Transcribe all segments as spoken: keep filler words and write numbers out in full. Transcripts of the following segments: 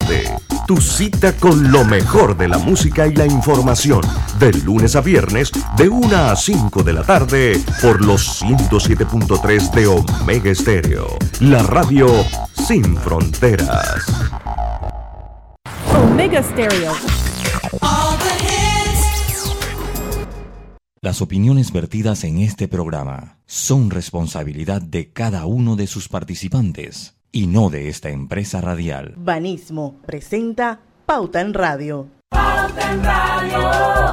tarde. Tu cita con lo mejor de la música y la información. De lunes a viernes, de una a cinco de la tarde, por los ciento siete punto tres de Omega Estéreo. La radio sin fronteras. Omega Stereo. Las opiniones vertidas en este programa son responsabilidad de cada uno de sus participantes y no de esta empresa radial. Banismo presenta Pauta en Radio. Pauta en Radio.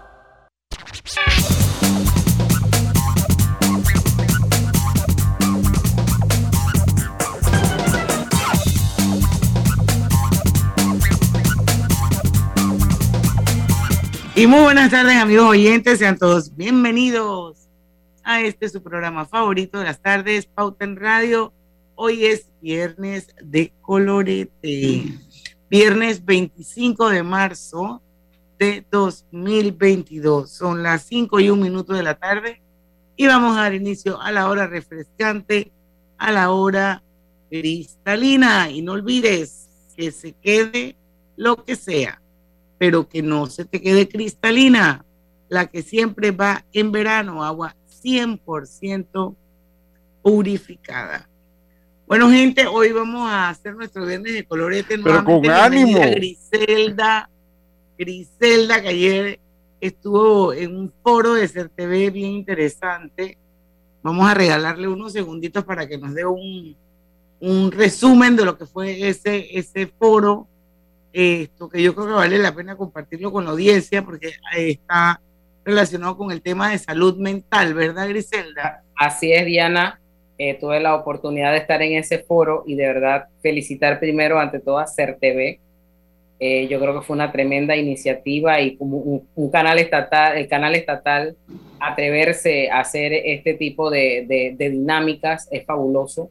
Y muy buenas tardes, amigos oyentes, sean todos bienvenidos a este su programa favorito de las tardes, Pauta en Radio. Hoy es viernes de colorete, viernes veinticinco de marzo de dos mil veintidós. Son las cinco y un minuto de la tarde y vamos a dar inicio a la hora refrescante, a la hora cristalina. Y no olvides que se quede lo que sea, pero que no se te quede cristalina, la que siempre va en verano, agua cien por ciento purificada. Bueno, gente, hoy vamos a hacer nuestro viernes de colorete. Pero con ánimo. Griselda, Griselda, que ayer estuvo en un foro de CERTV bien interesante. Vamos a regalarle unos segunditos para que nos dé un, un resumen de lo que fue ese, ese foro. Esto que yo creo que vale la pena compartirlo con la audiencia porque está relacionado con el tema de salud mental, ¿verdad, Griselda? Así es, Diana. Eh, tuve la oportunidad de estar en ese foro y de verdad felicitar primero ante todo a CERTV. Eh, yo creo que fue una tremenda iniciativa y como un, un canal estatal, el canal estatal atreverse a hacer este tipo de, de, de dinámicas es fabuloso.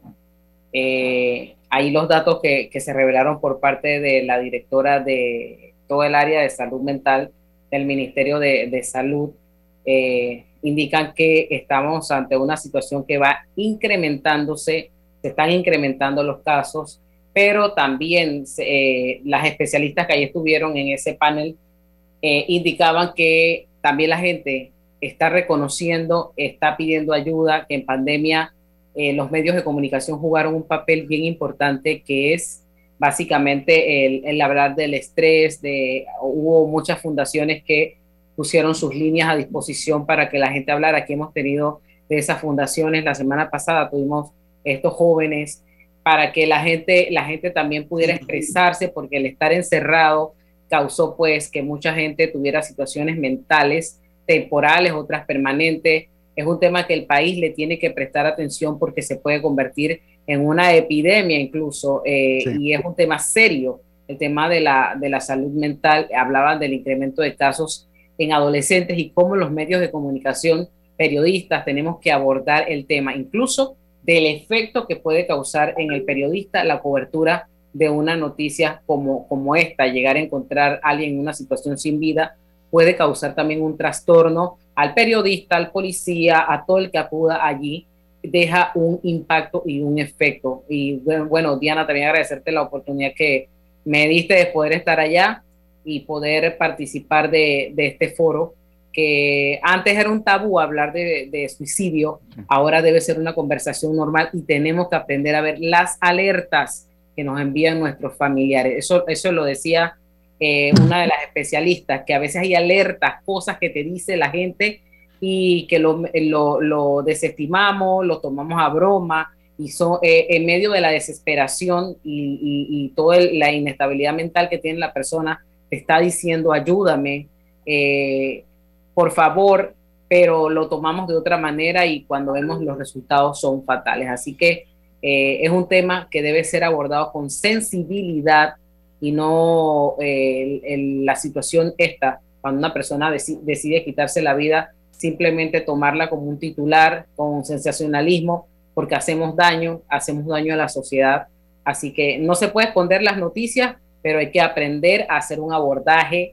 Eh, ahí los datos que, que se revelaron por parte de la directora de todo el área de salud mental del Ministerio de, de Salud eh, indican que estamos ante una situación que va incrementándose, se están incrementando los casos, pero también eh, las especialistas que ahí estuvieron en ese panel eh, indicaban que también la gente está reconociendo, está pidiendo ayuda, que en pandemia Eh, los medios de comunicación jugaron un papel bien importante, que es básicamente el, el hablar del estrés. De, hubo muchas fundaciones que pusieron sus líneas a disposición para que la gente hablara. Aquí hemos tenido de esas fundaciones, la semana pasada tuvimos estos jóvenes para que la gente, la gente también pudiera expresarse, porque el estar encerrado causó pues que mucha gente tuviera situaciones mentales temporales, otras permanentes. Es un tema que el país le tiene que prestar atención porque se puede convertir en una epidemia incluso, eh, sí. Y es un tema serio, el tema de la, de la salud mental. Hablaban del incremento de casos en adolescentes y cómo los medios de comunicación, periodistas, tenemos que abordar el tema, incluso del efecto que puede causar en el periodista la cobertura de una noticia como, como esta. Llegar a encontrar a alguien en una situación sin vida puede causar también un trastorno al periodista, al policía, a todo el que acuda allí, deja un impacto y un efecto. Y bueno, Diana, también agradecerte la oportunidad que me diste de poder estar allá y poder participar de, de este foro, que antes era un tabú hablar de, de suicidio, ahora debe ser una conversación normal y tenemos que aprender a ver las alertas que nos envían nuestros familiares. Eso, eso lo decía Eh, una de las especialistas, que a veces hay alertas, cosas que te dice la gente y que lo, lo, lo desestimamos, lo tomamos a broma, y son, eh, en medio de la desesperación y, y, y toda la inestabilidad mental que tiene la persona, te está diciendo ayúdame, eh, por favor, pero lo tomamos de otra manera y cuando vemos los resultados son fatales. Así que eh, es un tema que debe ser abordado con sensibilidad y no eh, el, el, la situación esta, cuando una persona deci- decide quitarse la vida, simplemente tomarla como un titular, con sensacionalismo, porque hacemos daño, hacemos daño a la sociedad. Así que no se puede esconder las noticias, pero hay que aprender a hacer un abordaje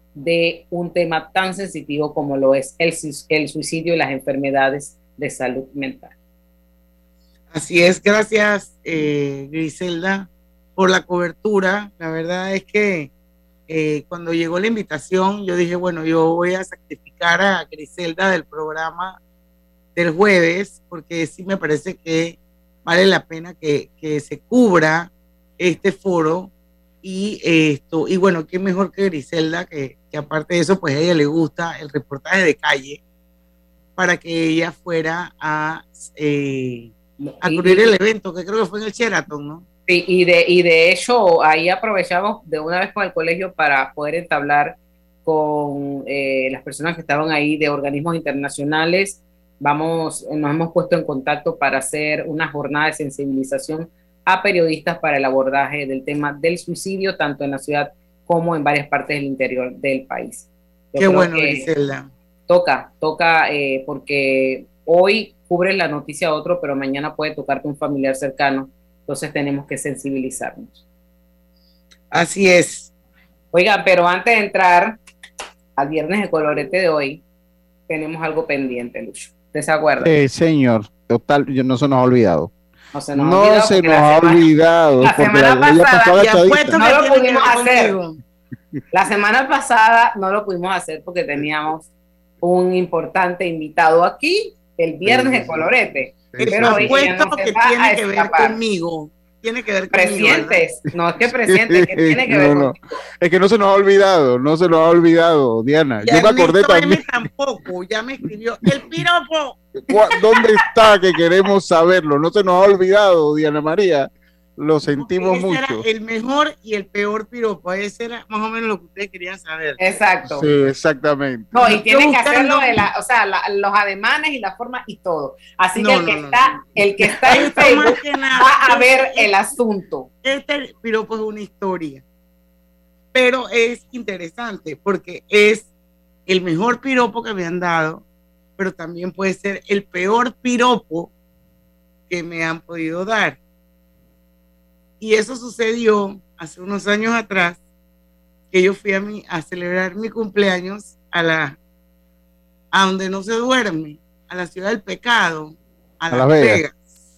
de un tema tan sensitivo como lo es el, el suicidio y las enfermedades de salud mental. Así es, gracias, eh, Griselda. por la cobertura. La verdad es que eh, cuando llegó la invitación, yo dije, bueno, yo voy a sacrificar a Griselda del programa del jueves, porque sí me parece que vale la pena que, que se cubra este foro. Y esto, y bueno, qué mejor que Griselda, que, que aparte de eso, pues a ella le gusta el reportaje de calle, para que ella fuera a, eh, a cubrir el evento, que creo que fue en el Sheraton, ¿no? Sí, y de, y de hecho ahí aprovechamos de una vez con el colegio para poder entablar con eh, las personas que estaban ahí de organismos internacionales. Vamos, nos hemos puesto en contacto para hacer una jornada de sensibilización a periodistas para el abordaje del tema del suicidio, tanto en la ciudad como en varias partes del interior del país. Yo Qué bueno, Griselda. Toca, toca, eh, porque hoy cubre la noticia a otro, pero mañana puede tocarte un familiar cercano. Entonces tenemos que sensibilizarnos. Así es. Oiga, pero antes de entrar al viernes de colorete de hoy, tenemos algo pendiente, Lucho. ¿Usted se acuerda? Sí, señor. Total, yo, no se nos ha olvidado. No se nos, no ha, olvidado se nos ha semana, olvidado. La semana la, pasada ya no lo pudimos hacer. Conmigo. La semana pasada no lo pudimos hacer porque teníamos un importante invitado aquí el viernes sí, de colorete. Sí, pero apuesto que tiene que ver conmigo. Tiene que ver conmigo. Presientes, ¿verdad? No es que presientes, que tiene que no, ver no. contigo. Es que no se nos ha olvidado, no se nos ha olvidado, Diana. Ya yo me acordé también. Tampoco, ya me escribió el piropo. ¿Dónde está? Que queremos saberlo. No se nos ha olvidado, Diana María. Lo sentimos ese mucho. Era el mejor y el peor piropo. Ese era más o menos lo que ustedes querían saber. Exacto. Sí, exactamente. No, y tienen que hacerlo de la, o sea, la, los ademanes y la forma y todo. Así no, que el que no, está, no, no. el que está en Facebook nada, va a ver el asunto. Este piropo es una historia, pero es interesante porque es el mejor piropo que me han dado, pero también puede ser el peor piropo que me han podido dar. Y eso sucedió hace unos años atrás, que yo fui a, mi, a celebrar mi cumpleaños a la a donde no se duerme, a la ciudad del pecado, a, a Las Vegas. Vegas.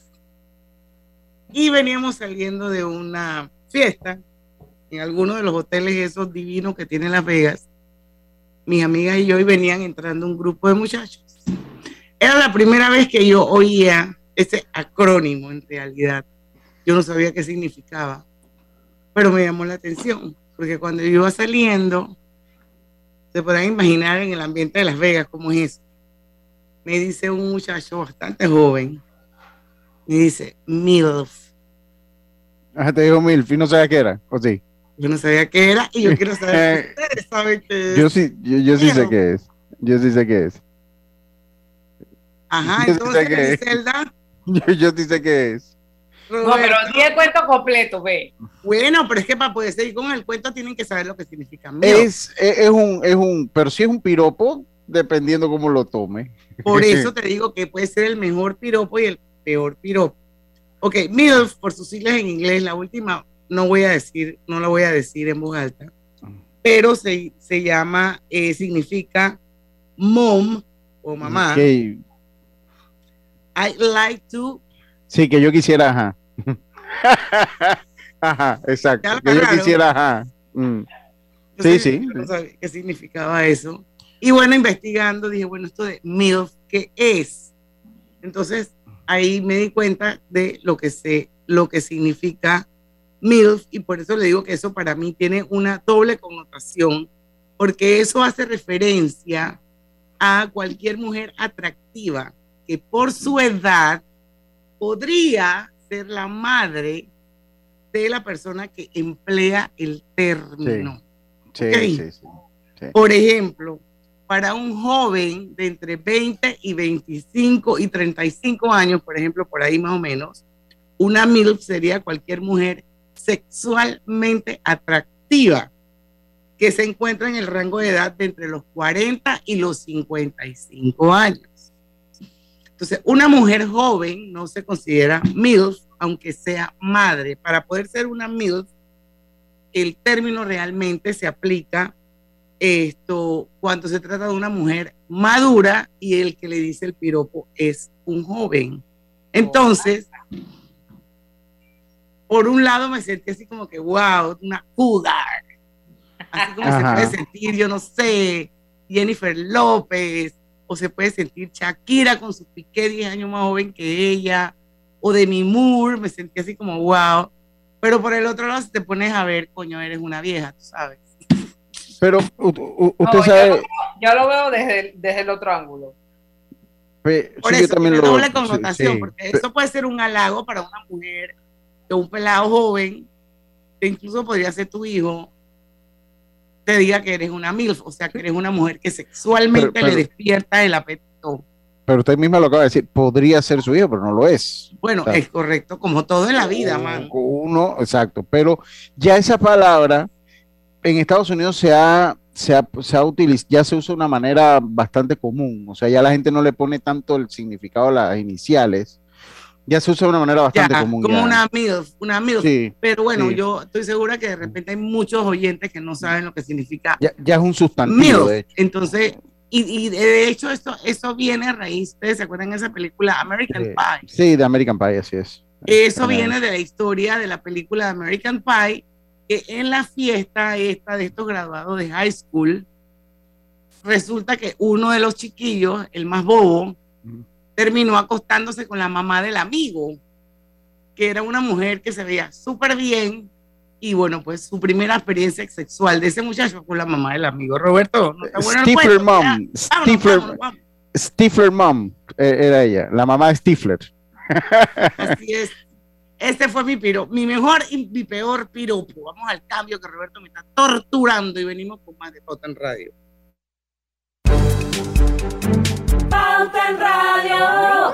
Y veníamos saliendo de una fiesta en alguno de los hoteles esos divinos que tiene Las Vegas. Mis amigas y yo, y venían entrando un grupo de muchachos. Era la primera vez que yo oía ese acrónimo en realidad. Yo no sabía qué significaba, pero me llamó la atención, porque cuando yo iba saliendo, se podrán imaginar en el ambiente de Las Vegas cómo es eso. Me dice un muchacho bastante joven, me dice, MILF. Ajá, te dijo MILF, y no sabía qué era, ¿o sí? Yo no sabía qué era, y yo quiero saber si ustedes saben qué es. Yo sí, yo, yo sí sé qué es, yo sí sé qué es. Ajá, yo entonces, sí Griselda. Yo, yo sí sé qué es. No, pero di el cuento completo, ve. Bueno, pero es que para poder seguir con el cuento tienen que saber lo que significa. Es, es, es un, es un, pero sí es un piropo, dependiendo cómo lo tome. Por eso te digo que puede ser el mejor piropo y el peor piropo. Ok, MILF, por sus siglas en inglés, la última no voy a decir, no la voy a decir en voz alta, pero se, se llama, eh, significa mom o mamá. Okay. I like to. Sí, que yo quisiera, ajá. Ajá, exacto. Que yo quisiera, ajá. Mm. Sí, sí. No sabía qué significaba eso. Y bueno, investigando, dije, bueno, esto de MILF, ¿qué es? Entonces, ahí me di cuenta de lo que sé, lo que significa MILF, y por eso le digo que eso para mí tiene una doble connotación, porque eso hace referencia a cualquier mujer atractiva que por su edad podría ser la madre de la persona que emplea el término. Sí, ¿Okay? sí, sí, sí. Por ejemplo, para un joven de entre veinte y veinticinco y treinta y cinco años, por ejemplo, por ahí más o menos, una MILF sería cualquier mujer sexualmente atractiva que se encuentra en el rango de edad de entre los cuarenta y los cincuenta y cinco años. Entonces, una mujer joven no se considera MILF, aunque sea madre. Para poder ser una MILF, el término realmente se aplica esto cuando se trata de una mujer madura y el que le dice el piropo es un joven. Entonces, por un lado me sentí así como que, wow, una cougar. Así como Ajá. se puede sentir, yo no sé, Jennifer López, o se puede sentir Shakira con su Piqué diez años más joven que ella, o Demi Moore, me sentí así como, wow. Pero por el otro lado, si te pones a ver, coño, eres una vieja, tú sabes. Pero u, u, usted no, sabe... Yo lo, yo lo veo desde el, desde el otro ángulo. Pe, por sí, eso, también tiene lo, doble connotación, sí, porque sí. eso puede ser un halago para una mujer, que un pelado joven, que incluso podría ser tu hijo, te diga que eres una MILF, o sea, que eres una mujer que sexualmente pero, pero, le despierta el apetito. Pero usted misma lo acaba de decir, podría ser su hijo, pero no lo es. Bueno, o sea, es correcto, como todo en la vida, man. Uno, exacto, pero ya esa palabra en Estados Unidos se ha, se ha, se ha utilizado, ya se usa de una manera bastante común, o sea, ya la gente no le pone tanto el significado a las iniciales, ya se usa de una manera bastante ya, común. Como ya. una MILF, una MILF. Sí, pero bueno, sí. yo estoy segura que de repente hay muchos oyentes que no saben lo que significa ya, ya es un sustantivo, MILF. de hecho. Entonces, y, y de hecho esto, eso viene a raíz, ¿ustedes se acuerdan de esa película American Sí, Pie? sí, de American Pie, así es. Eso viene de la historia de la película de American Pie, que en la fiesta esta de estos graduados de high school, resulta que uno de los chiquillos, el más bobo, mm. terminó acostándose con la mamá del amigo, que era una mujer que se veía súper bien, y bueno, pues su primera experiencia sexual de ese muchacho fue la mamá del amigo. Roberto, ¿no está bueno Stifler el cuento? Mom, Stifler, Stifler Mom, era ella, la mamá de Stifler. Así es. Este fue mi piro, mi mejor y mi peor piropo. Vamos al cambio que Roberto me está torturando y venimos con más de Pauta en Radio. Pauta en Radio.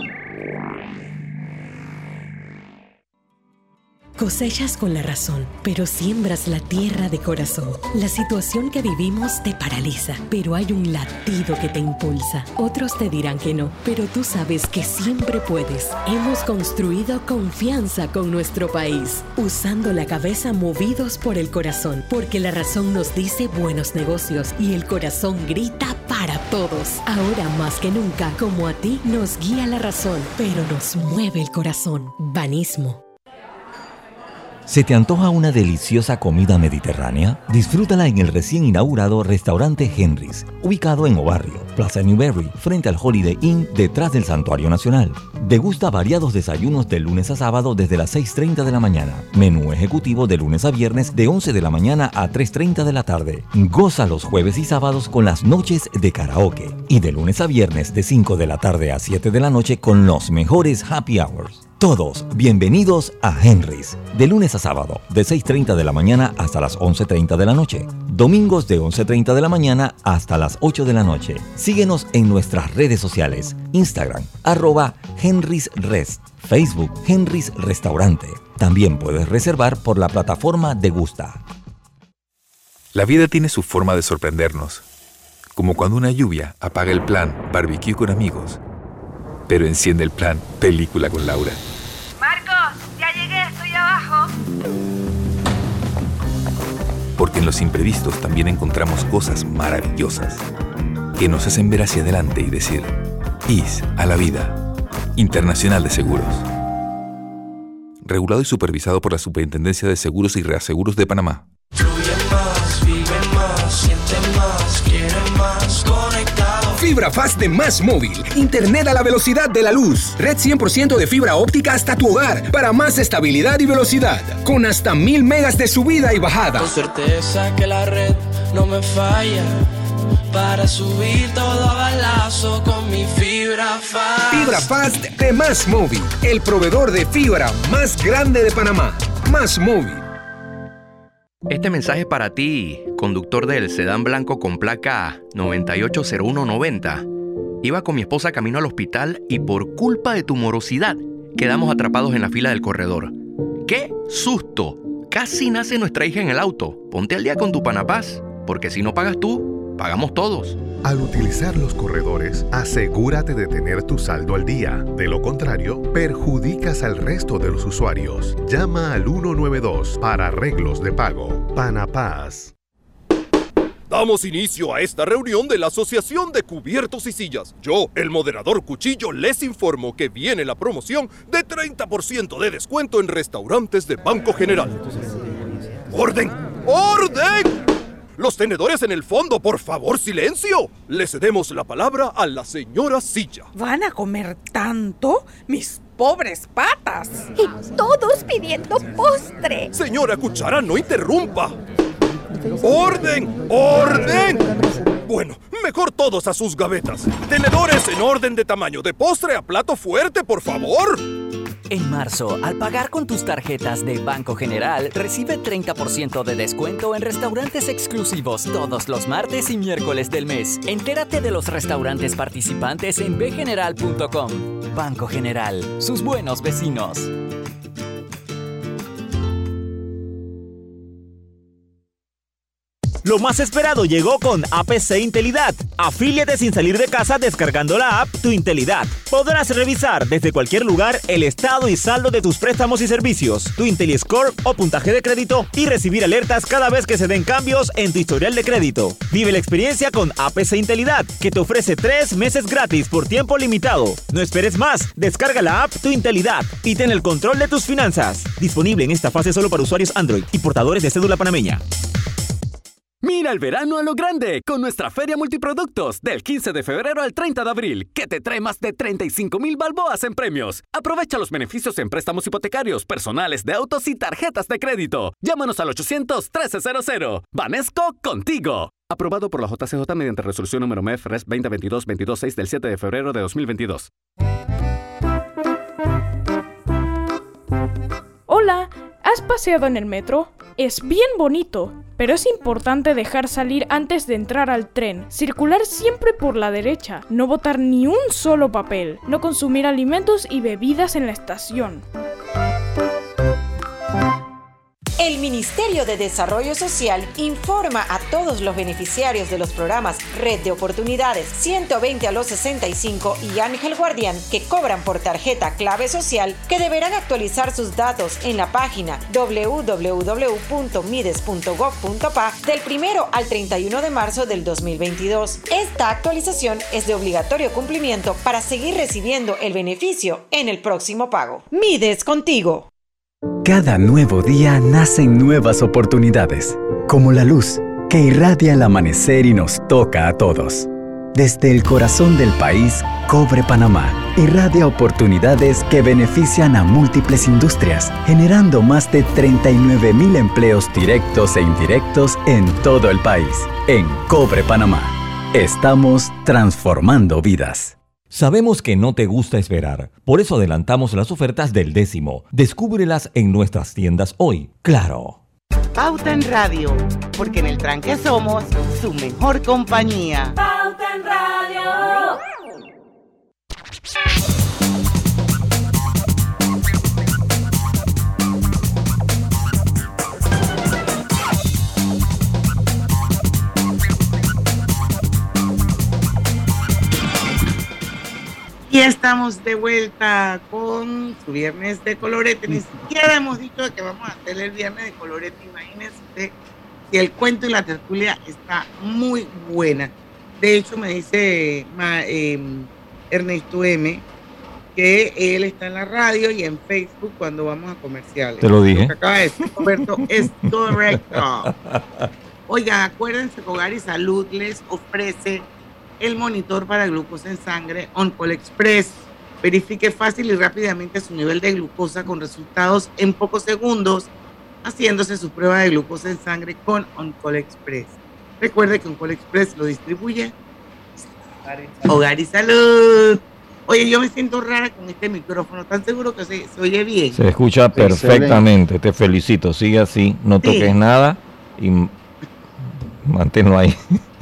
Cosechas con la razón, pero siembras la tierra de corazón. La situación que vivimos te paraliza, pero hay un latido que te impulsa. Otros te dirán que no, pero tú sabes que siempre puedes. Hemos construido confianza con nuestro país, usando la cabeza movidos por el corazón, porque la razón nos dice buenos negocios y el corazón grita para todos. Ahora más que nunca, como a ti nos guía la razón, pero nos mueve el corazón. Banismo. ¿Se te antoja una deliciosa comida mediterránea? Disfrútala en el recién inaugurado restaurante Henry's, ubicado en Obarrio, Plaza Newberry, frente al Holiday Inn, detrás del Santuario Nacional. Degusta variados desayunos de lunes a sábado desde las seis treinta de la mañana. Menú ejecutivo de lunes a viernes de once de la mañana a tres treinta de la tarde. Goza los jueves y sábados con las noches de karaoke. Y de lunes a viernes de cinco de la tarde a siete de la noche con los mejores happy hours. Todos bienvenidos a Henry's, de lunes a sábado, de seis treinta de la mañana hasta las once treinta de la noche. Domingos de once treinta de la mañana hasta las ocho de la noche. Síguenos en nuestras redes sociales, Instagram, arroba Henry's Rest, Facebook, Henry's Restaurante. También puedes reservar por la plataforma Degusta. La vida tiene su forma de sorprendernos, como cuando una lluvia apaga el plan barbecue con amigos, pero enciende el plan película con Laura. Marcos, ya llegué, estoy abajo. Porque en los imprevistos también encontramos cosas maravillosas que nos hacen ver hacia adelante y decir, I S a la vida. Internacional de Seguros. Regulado y supervisado por la Superintendencia de Seguros y Reaseguros de Panamá. Fluye más, vive más, siente más, quiere más, conectado. Fibra Fast de Más Móvil. Internet a la velocidad de la luz. Red cien por ciento de fibra óptica hasta tu hogar para más estabilidad y velocidad. Con hasta mil megas de subida y bajada. Con certeza que la red no me falla. Para subir todo a balazo con mi Fibra Fast. Fibra Fast de Más Móvil. El proveedor de fibra más grande de Panamá. Más Móvil. Este mensaje es para ti, conductor del sedán blanco con placa noventa y ocho cero uno noventa. Iba con mi esposa camino al hospital y por culpa de tu morosidad quedamos atrapados en la fila del corredor. ¡Qué susto! Casi nace nuestra hija en el auto. Ponte al día con tu Panapaz, porque si no pagas tú, pagamos todos. Al utilizar los corredores, asegúrate de tener tu saldo al día. De lo contrario, perjudicas al resto de los usuarios. Llama al ciento noventa y dos para arreglos de pago. Panapaz. Damos inicio a esta reunión de la Asociación de Cubiertos y Sillas. Yo, el moderador Cuchillo, les informo que viene la promoción de treinta por ciento de descuento en restaurantes de Banco General. ¡Orden! ¡Orden! Los tenedores en el fondo, por favor, silencio. Le cedemos la palabra a la señora Silla. ¿Van a comer tanto? ¡Mis pobres patas! Y todos pidiendo postre. Señora Cuchara, no interrumpa. ¡Orden! ¡Orden! Bueno, mejor todos a sus gavetas. Tenedores en orden de tamaño, de postre a plato fuerte, por favor. En marzo, al pagar con tus tarjetas de Banco General, recibe treinta por ciento de descuento en restaurantes exclusivos todos los martes y miércoles del mes. Entérate de los restaurantes participantes en b general punto com. Banco General, sus buenos vecinos. Lo más esperado llegó con A P C Intelidad. Afíliate sin salir de casa descargando la app Tu Intelidad. Podrás revisar desde cualquier lugar el estado y saldo de tus préstamos y servicios, tu IntelliScore o puntaje de crédito y recibir alertas cada vez que se den cambios en tu historial de crédito. Vive la experiencia con A P C Intelidad, que te ofrece tres meses gratis por tiempo limitado. No esperes más, descarga la app Tu Intelidad y ten el control de tus finanzas. Disponible en esta fase solo para usuarios Android y portadores de cédula panameña. Mira el verano a lo grande con nuestra Feria Multiproductos del quince de febrero al treinta de abril, que te trae más de treinta y cinco mil balboas en premios. Aprovecha los beneficios en préstamos hipotecarios, personales, de autos y tarjetas de crédito. Llámanos al ochocientos trece cero cero. Banesco, contigo. Aprobado por la J C J mediante resolución número M E F Res veinte veintidós veintidós seis del siete de febrero de dos mil veintidós. Hola, ¿has paseado en el metro? Es bien bonito, pero es importante dejar salir antes de entrar al tren, circular siempre por la derecha, no botar ni un solo papel, no consumir alimentos y bebidas en la estación. El Ministerio de Desarrollo Social informa a todos los beneficiarios de los programas Red de Oportunidades ciento veinte a los sesenta y cinco y Ángel Guardián que cobran por tarjeta clave social que deberán actualizar sus datos en la página doble u doble u doble u punto mides punto gov punto pa del primero al treinta y uno de marzo del dos mil veintidós. Esta actualización es de obligatorio cumplimiento para seguir recibiendo el beneficio en el próximo pago. Mides contigo. Cada nuevo día nacen nuevas oportunidades, como la luz que irradia el amanecer y nos toca a todos. Desde el corazón del país, Cobre Panamá irradia oportunidades que benefician a múltiples industrias, generando más de treinta y nueve mil empleos directos e indirectos en todo el país. En Cobre Panamá, estamos transformando vidas. Sabemos que no te gusta esperar, por eso adelantamos las ofertas del décimo. Descúbrelas en nuestras tiendas hoy. ¡Claro! Pauta en Radio, porque en el tranque somos su mejor compañía. Pauta en Radio. Y estamos de vuelta con su viernes de colorete. Ni siquiera hemos dicho que vamos a hacer el viernes de colorete. Imagínense usted que el cuento y la tertulia está muy buena. De hecho, me dice ma, eh, Ernesto M. que él está en la radio y en Facebook cuando vamos a comerciales. Te lo dije. Lo que acaba de decir Roberto es correcto. Oigan, acuérdense que Hogar y Salud les ofrece el monitor para glucosa en sangre OnCall Express. Verifique fácil y rápidamente su nivel de glucosa con resultados en pocos segundos, haciéndose su prueba de glucosa en sangre con OnCall Express. Recuerde que OnCall Express lo distribuye Hogar y Salud. Oye, yo me siento rara con este micrófono. ¿Tan seguro que se, se oye bien? Se escucha perfectamente. Te felicito. Sigue así. No toques sí. nada y manténlo ahí.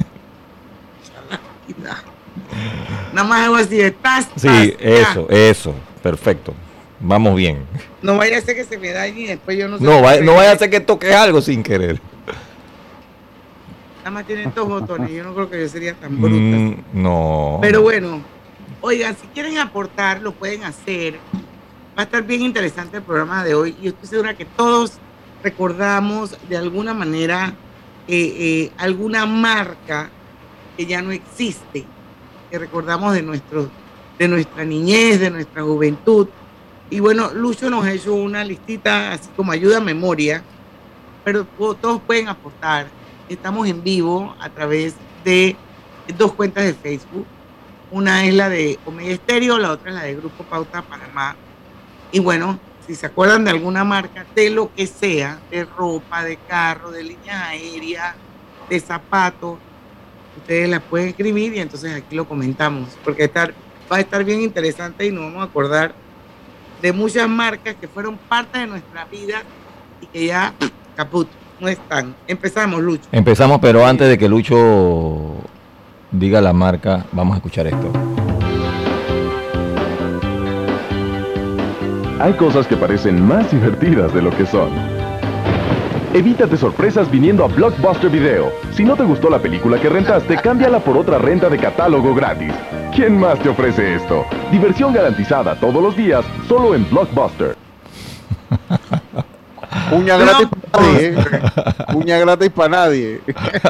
Nada más hago así de tas, tas, sí, ya. eso, eso, perfecto. Vamos bien. No vaya a ser que se me dañe y después yo no sé. No, vaya, no vaya a ser que toques algo sin querer. Nada más tiene estos botones, yo no creo que yo sería tan bruta. Mm, no. Pero bueno, oigan, si quieren aportar, lo pueden hacer. Va a estar bien interesante el programa de hoy y yo estoy segura que todos recordamos de alguna manera eh, alguna marca que ya no existe, que recordamos de, nuestro, de nuestra niñez, de nuestra juventud. Y bueno, Lucho nos ha hecho una listita así como ayuda a memoria, pero todos pueden aportar. Estamos en vivo a través de dos cuentas de Facebook. Una es la de Omega Estéreo, la otra es la de Grupo Pauta Panamá. Y bueno, si se acuerdan de alguna marca, de lo que sea, de ropa, de carro, de línea aérea, de zapatos, ustedes la pueden escribir y entonces aquí lo comentamos, porque estar, va a estar bien interesante y nos vamos a acordar de muchas marcas que fueron parte de nuestra vida y que ya, caput, no están. Empezamos, Lucho. Empezamos, pero antes de que Lucho diga la marca, vamos a escuchar esto. Hay cosas que parecen más divertidas de lo que son. Evítate sorpresas viniendo a Blockbuster Video. Si no te gustó la película que rentaste, cámbiala por otra renta de catálogo gratis. ¿Quién más te ofrece esto? Diversión garantizada todos los días, solo en Blockbuster. Uña gratis para nadie. Uña gratis para nadie.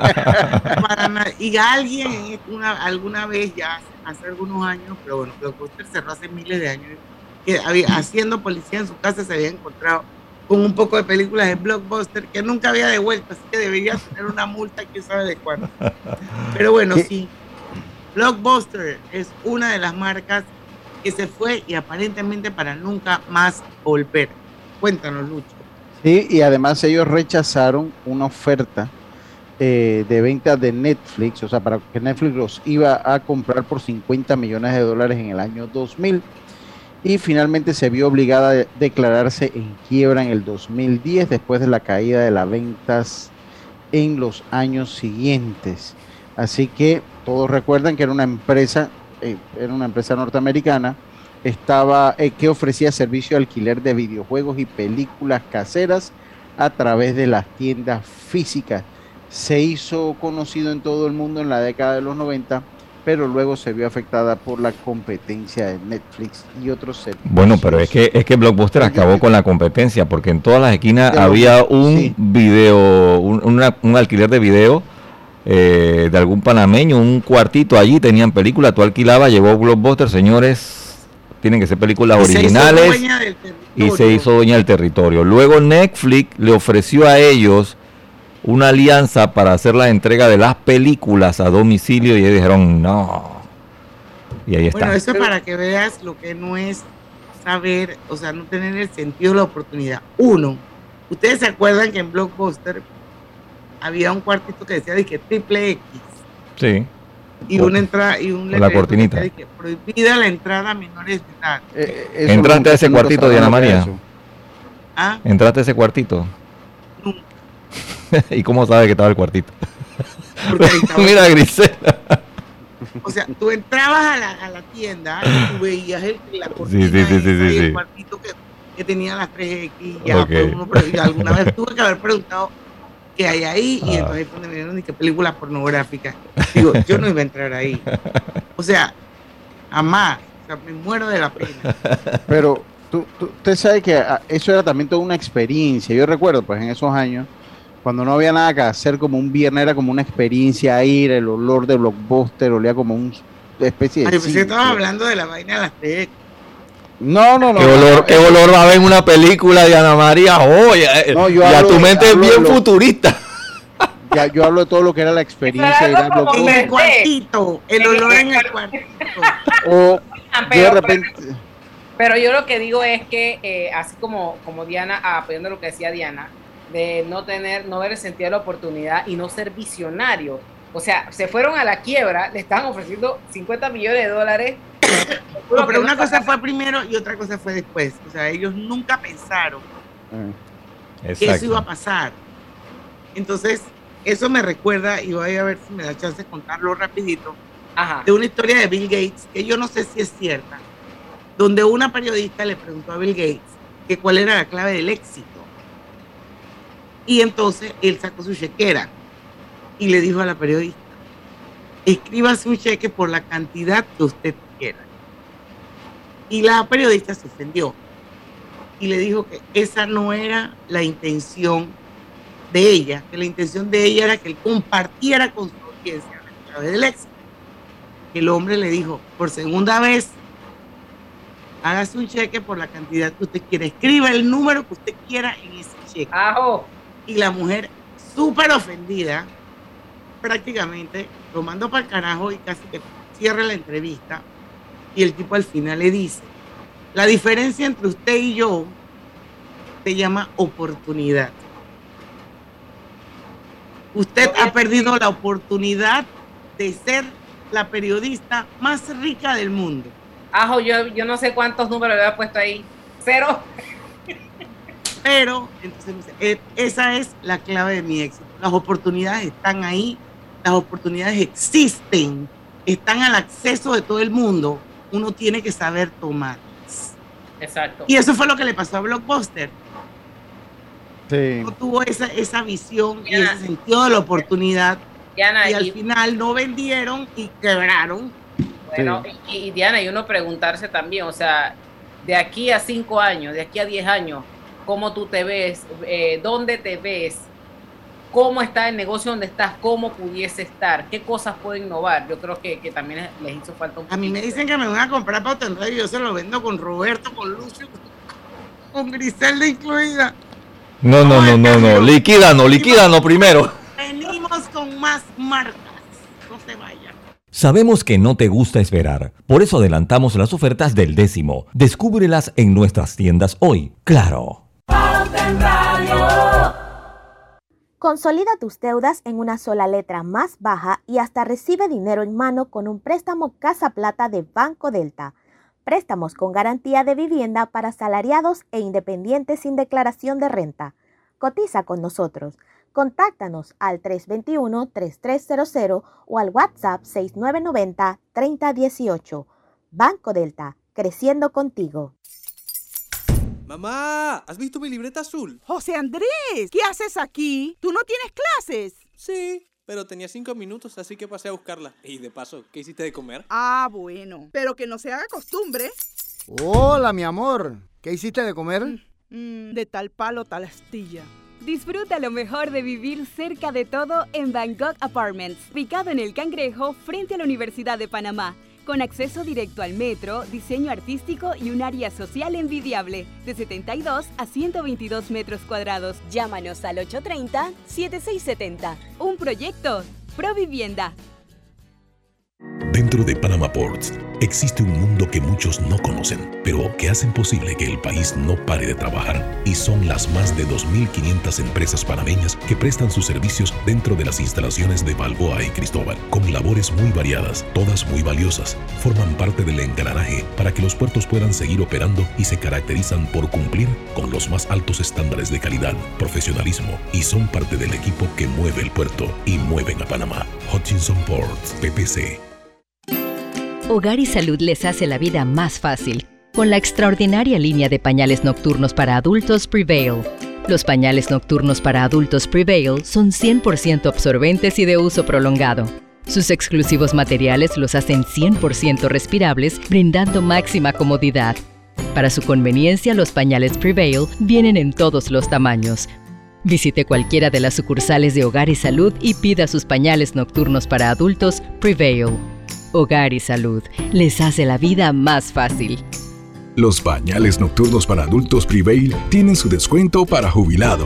Para nadie. Y alguien una, alguna vez ya, hace algunos años, pero bueno, Blockbuster cerró hace miles de años, que había, haciendo policía en su casa se había encontrado con un poco de películas de Blockbuster que nunca había devuelto, así que debería tener una multa, quién sabe de cuánto. Pero bueno, ¿Qué? sí, Blockbuster es una de las marcas que se fue y aparentemente para nunca más volver. Cuéntanos, Lucho. Sí, y además ellos rechazaron una oferta eh, de venta de Netflix, o sea, para que Netflix los iba a comprar por cincuenta millones de dólares en el año dos mil. Y finalmente se vio obligada a declararse en quiebra en el dos mil diez después de la caída de las ventas en los años siguientes. Así que todos recuerdan que era una empresa, eh, era una empresa norteamericana, estaba eh, que ofrecía servicio de alquiler de videojuegos y películas caseras a través de las tiendas físicas. Se hizo conocido en todo el mundo en la década de los noventa, pero luego se vio afectada por la competencia de Netflix y otros servicios. Bueno, pero es que es que Blockbuster acabó con la competencia, porque en todas las esquinas de había un sí. video, un, una, un alquiler de video eh, de algún panameño, un cuartito allí, tenían películas, tú alquilabas, llegó Blockbuster, señores, tienen que ser películas y originales, se y se hizo dueña del territorio. Luego Netflix le ofreció a ellos una alianza para hacer la entrega de las películas a domicilio y ellos dijeron no. Y ahí está. Bueno, eso es para que veas lo que no es saber, o sea, no tener el sentido de la oportunidad. Uno, ustedes se acuerdan que en Blockbuster había un cuartito que decía de que triple X. Sí. Y una entrada y un la cortinita. Que prohibida la entrada a menores de edad. Eh, ¿Entraste a ese cuartito, Diana María? ¿Ah? ¿Entraste a ese cuartito? No. ¿Y cómo sabe que estaba el cuartito? Mira, Grisela. O sea, tú entrabas a la, a la tienda y tú veías el, la cortina sí, sí, sí, sí, y sí, el sí. cuartito que, que tenía las tres X. Ya, okay. Pues uno, pero alguna vez tuve que haber preguntado qué hay ahí y ah. entonces cuando me dieron ni qué películas pornográficas. Digo, yo no iba a entrar ahí. O sea, jamás. O sea, me muero de la pena. Pero tú, tú, usted sabe que eso era también toda una experiencia. Yo recuerdo, pues en esos años, cuando no había nada que hacer, como un viernes era como una experiencia ir, el olor de Blockbuster olía como una especie de... Ay, pues estabas hablando de la vaina de las T X. No, no, no. ¿Qué olor, qué olor va a haber en una película, Diana María? Oh, ya, no, yo ya hablo, tu mente es bien lo, futurista. Ya, yo hablo de todo lo que era la experiencia de ir a Blockbuster. En el cuartito, el olor en el cuartito. O yo de repente... Pero yo lo que digo es que, eh, así como, como Diana, apoyando lo que decía Diana, de no tener, no ver el sentido de la oportunidad y no ser visionario. O sea, se fueron a la quiebra, le estaban ofreciendo cincuenta millones de dólares. No, pero una cosa fue primero y otra cosa fue después. O sea, ellos nunca pensaron mm. que eso iba a pasar. Entonces, eso me recuerda, y voy a ver si me da chance de contarlo rapidito, Ajá. de una historia de Bill Gates, que yo no sé si es cierta, donde una periodista le preguntó a Bill Gates que cuál era la clave del éxito. Y entonces él sacó su chequera y le dijo a la periodista, escríbase un cheque por la cantidad que usted quiera. Y la periodista se ofendió y le dijo que esa no era la intención de ella, que la intención de ella era que él compartiera con su audiencia a través del éxito. El hombre le dijo, por segunda vez, hágase un cheque por la cantidad que usted quiera, escriba el número que usted quiera en ese cheque. ¡Ajo! Y la mujer, súper ofendida, prácticamente, lo mandó para el carajo y casi que cierra la entrevista. Y el tipo al final le dice, la diferencia entre usted y yo se llama oportunidad. Usted ha perdido la oportunidad de ser la periodista más rica del mundo. Ajo, yo, yo no sé cuántos números le había puesto ahí. Cero. Pero, entonces, esa es la clave de mi éxito. Las oportunidades están ahí, las oportunidades existen, están al acceso de todo el mundo. Uno tiene que saber tomarlas. Exacto. Y eso fue lo que le pasó a Blockbuster. Sí. No tuvo esa, esa visión y ese sentido de la oportunidad. Diana, y al y, final no vendieron y quebraron. Bueno, sí. y, y Diana, y uno preguntarse también, o sea, de aquí a cinco años, de aquí a diez años, ¿cómo tú te ves? Eh, ¿Dónde te ves? ¿Cómo está el negocio donde estás? ¿Cómo pudiese estar? ¿Qué cosas puede innovar? Yo creo que, que también les hizo falta un poquito. A mí me dicen que me van a comprar Pauta en Radio y yo se lo vendo con Roberto, con Lucio, con Griselda incluida. No, no, no, no, no. Liquídanos, liquídanos primero. Venimos con más marcas. No se vayan. Sabemos que no te gusta esperar. Por eso adelantamos las ofertas del décimo. Descúbrelas en nuestras tiendas hoy. ¡Claro! Consolida tus deudas en una sola letra más baja y hasta recibe dinero en mano con un préstamo Casa Plata de Banco Delta. Préstamos con garantía de vivienda para asalariados e independientes sin declaración de renta. Cotiza con nosotros. Contáctanos al tres dos uno, tres tres cero cero o al WhatsApp seis nueve nueve cero, tres cero uno ocho. Banco Delta, creciendo contigo. Mamá, ¿has visto mi libreta azul? José Andrés, ¿qué haces aquí? ¿Tú no tienes clases? Sí, pero tenía cinco minutos, así que pasé a buscarla. Y de paso, ¿qué hiciste de comer? Ah, bueno, pero que no se haga costumbre. Hola, mi amor. ¿Qué hiciste de comer? Mm, de tal palo, tal astilla. Disfruta lo mejor de vivir cerca de todo en Bangkok Apartments, ubicado en El Cangrejo, frente a la Universidad de Panamá. Con acceso directo al metro, diseño artístico y un área social envidiable, de setenta y dos a ciento veintidós metros cuadrados. Llámanos al ocho tres cero, siete seis siete cero. Un proyecto Provivienda. Dentro de Panama Ports existe un mundo que muchos no conocen, pero que hacen posible que el país no pare de trabajar, y son las más de dos mil quinientas empresas panameñas que prestan sus servicios dentro de las instalaciones de Balboa y Cristóbal, con labores muy variadas, todas muy valiosas. Forman parte del engranaje para que los puertos puedan seguir operando y se caracterizan por cumplir con los más altos estándares de calidad, profesionalismo, y son parte del equipo que mueve el puerto y mueven a Panamá. Hutchinson Ports, P P C. Hogar y Salud les hace la vida más fácil con la extraordinaria línea de pañales nocturnos para adultos Prevail. Los pañales nocturnos para adultos Prevail son cien por ciento absorbentes y de uso prolongado. Sus exclusivos materiales los hacen cien por ciento respirables, brindando máxima comodidad. Para su conveniencia, los pañales Prevail vienen en todos los tamaños. Visite cualquiera de las sucursales de Hogar y Salud y pida sus pañales nocturnos para adultos Prevail. Hogar y Salud les hace la vida más fácil. Los pañales nocturnos para adultos Prevail tienen su descuento para jubilado.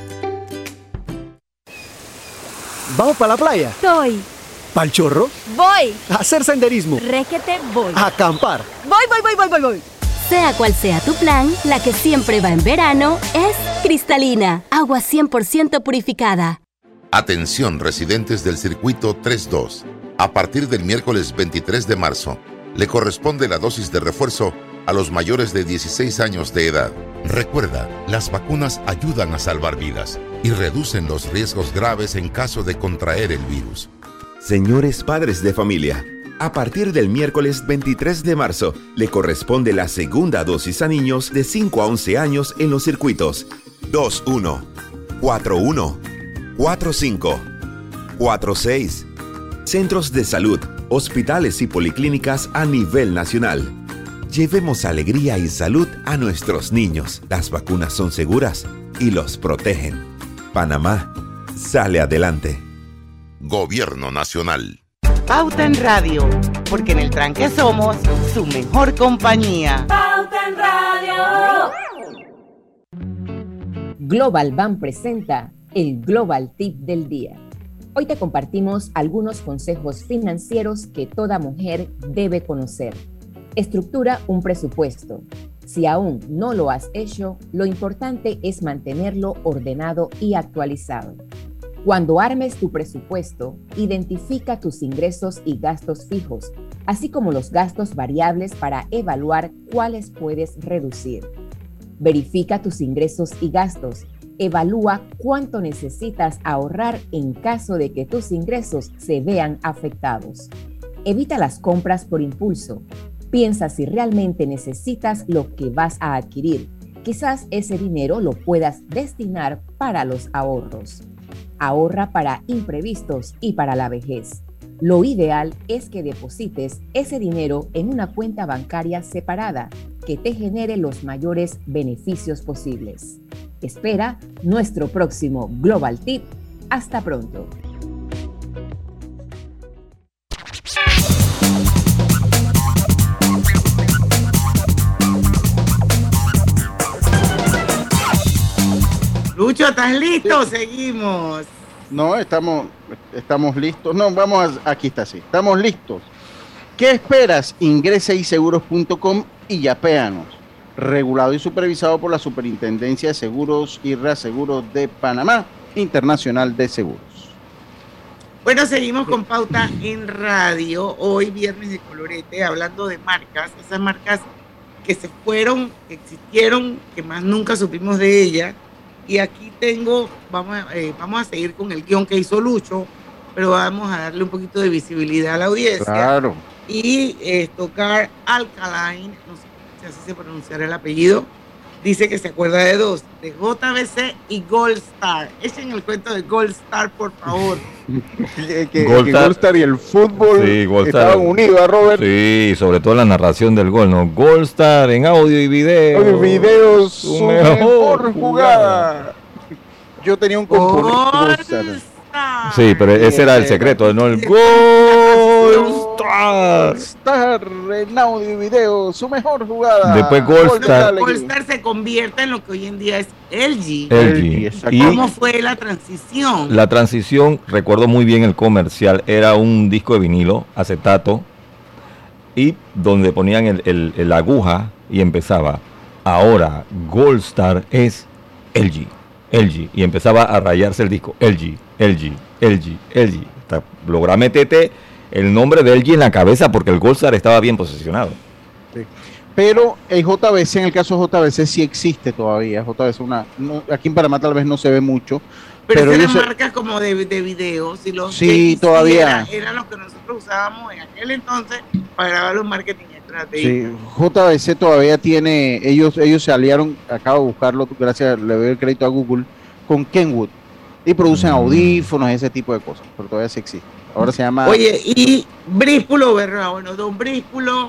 ¿Vamos para la playa? Soy. ¿Pa'l chorro? Voy. ¿A hacer senderismo? Requete, voy. ¿A acampar? Voy, voy, voy, voy, voy, voy. Sea cual sea tu plan, la que siempre va en verano es cristalina, agua cien por ciento purificada. Atención, residentes del circuito tres dos. A partir del miércoles veintitrés de marzo, le corresponde la dosis de refuerzo a los mayores de dieciséis años de edad. Recuerda, las vacunas ayudan a salvar vidas y reducen los riesgos graves en caso de contraer el virus. Señores padres de familia, a partir del miércoles veintitrés de marzo, le corresponde la segunda dosis a niños de cinco a once años en los circuitos dos uno, cuatro uno, cuatro cinco, cuatro seis. Centros de salud, hospitales y policlínicas a nivel nacional. Llevemos alegría y salud a nuestros niños. Las vacunas son seguras y los protegen. Panamá sale adelante. Gobierno Nacional. Pauta en Radio, porque en el tranque somos su mejor compañía. Pauta en Radio. Global Bank presenta el Global Tip del Día. Hoy te compartimos algunos consejos financieros que toda mujer debe conocer. Estructura un presupuesto. Si aún no lo has hecho, lo importante es mantenerlo ordenado y actualizado. Cuando armes tu presupuesto, identifica tus ingresos y gastos fijos, así como los gastos variables para evaluar cuáles puedes reducir. Verifica tus ingresos y gastos. Evalúa cuánto necesitas ahorrar en caso de que tus ingresos se vean afectados. Evita las compras por impulso. Piensa si realmente necesitas lo que vas a adquirir. Quizás ese dinero lo puedas destinar para los ahorros. Ahorra para imprevistos y para la vejez. Lo ideal es que deposites ese dinero en una cuenta bancaria separada que te genere los mayores beneficios posibles. Espera nuestro próximo Global Tip. Hasta pronto. Lucho, ¿estás listo? Seguimos. No, estamos, estamos listos. No, vamos a, aquí está, sí. Estamos listos. ¿Qué esperas? Ingresa a iseguros punto com y yapéanos. Regulado y supervisado por la Superintendencia de Seguros y Reaseguros de Panamá, Internacional de Seguros. Bueno, seguimos con Pauta en Radio. Hoy, viernes de colorete, hablando de marcas. Esas marcas que se fueron, que existieron, que más nunca supimos de ellas. Y aquí tengo, vamos a, eh, vamos a seguir con el guión que hizo Lucho, pero vamos a darle un poquito de visibilidad a la audiencia. Claro. Y eh, tocar Alkaline, no sé si así se pronunciará el apellido, dice que se acuerda de dos, de J B C y Gold Star. Echen el cuento de Gold Star, por favor. que, que, Gold, que Star. Gold Star y el fútbol sí, estaban unidos, ¿eh, Robert? Sí, sobre todo la narración del gol, ¿no? Gold Star en audio y video. Audio y video, su, su mejor, mejor jugada. jugada. Yo tenía un componente Gold Star. Sí, pero ese era el secreto, no el Gold Star. Star en audio y video, su mejor jugada. Después Gold Star. Gold Star se convierte en lo que hoy en día es L G. L G. ¿Y cómo fue la transición? La transición, recuerdo muy bien el comercial, era un disco de vinilo, acetato, y donde ponían el, el, el aguja y empezaba, ahora Gold Star es L G. L G, y empezaba a rayarse el disco, L G, L G, L G, L G. Hasta logra meterte el nombre de L G en la cabeza porque el Gold Star estaba bien posicionado. Sí. Pero el J B C, en el caso de J B C, sí existe todavía. J B C, una, no, aquí en Panamá tal vez no se ve mucho. Pero, pero eran marcas sé, como de, de videos. Y los sí, todavía. Eran, eran los que nosotros usábamos en aquel entonces para grabar los marketing Sí, J B C todavía tiene, ellos ellos se aliaron, acabo de buscarlo, gracias, le doy el crédito a Google, con Kenwood, y producen mm. audífonos, ese tipo de cosas, pero todavía sí existe. Ahora se llama... Oye, y Bríspulo, ¿verdad? Bueno, don Bríspulo,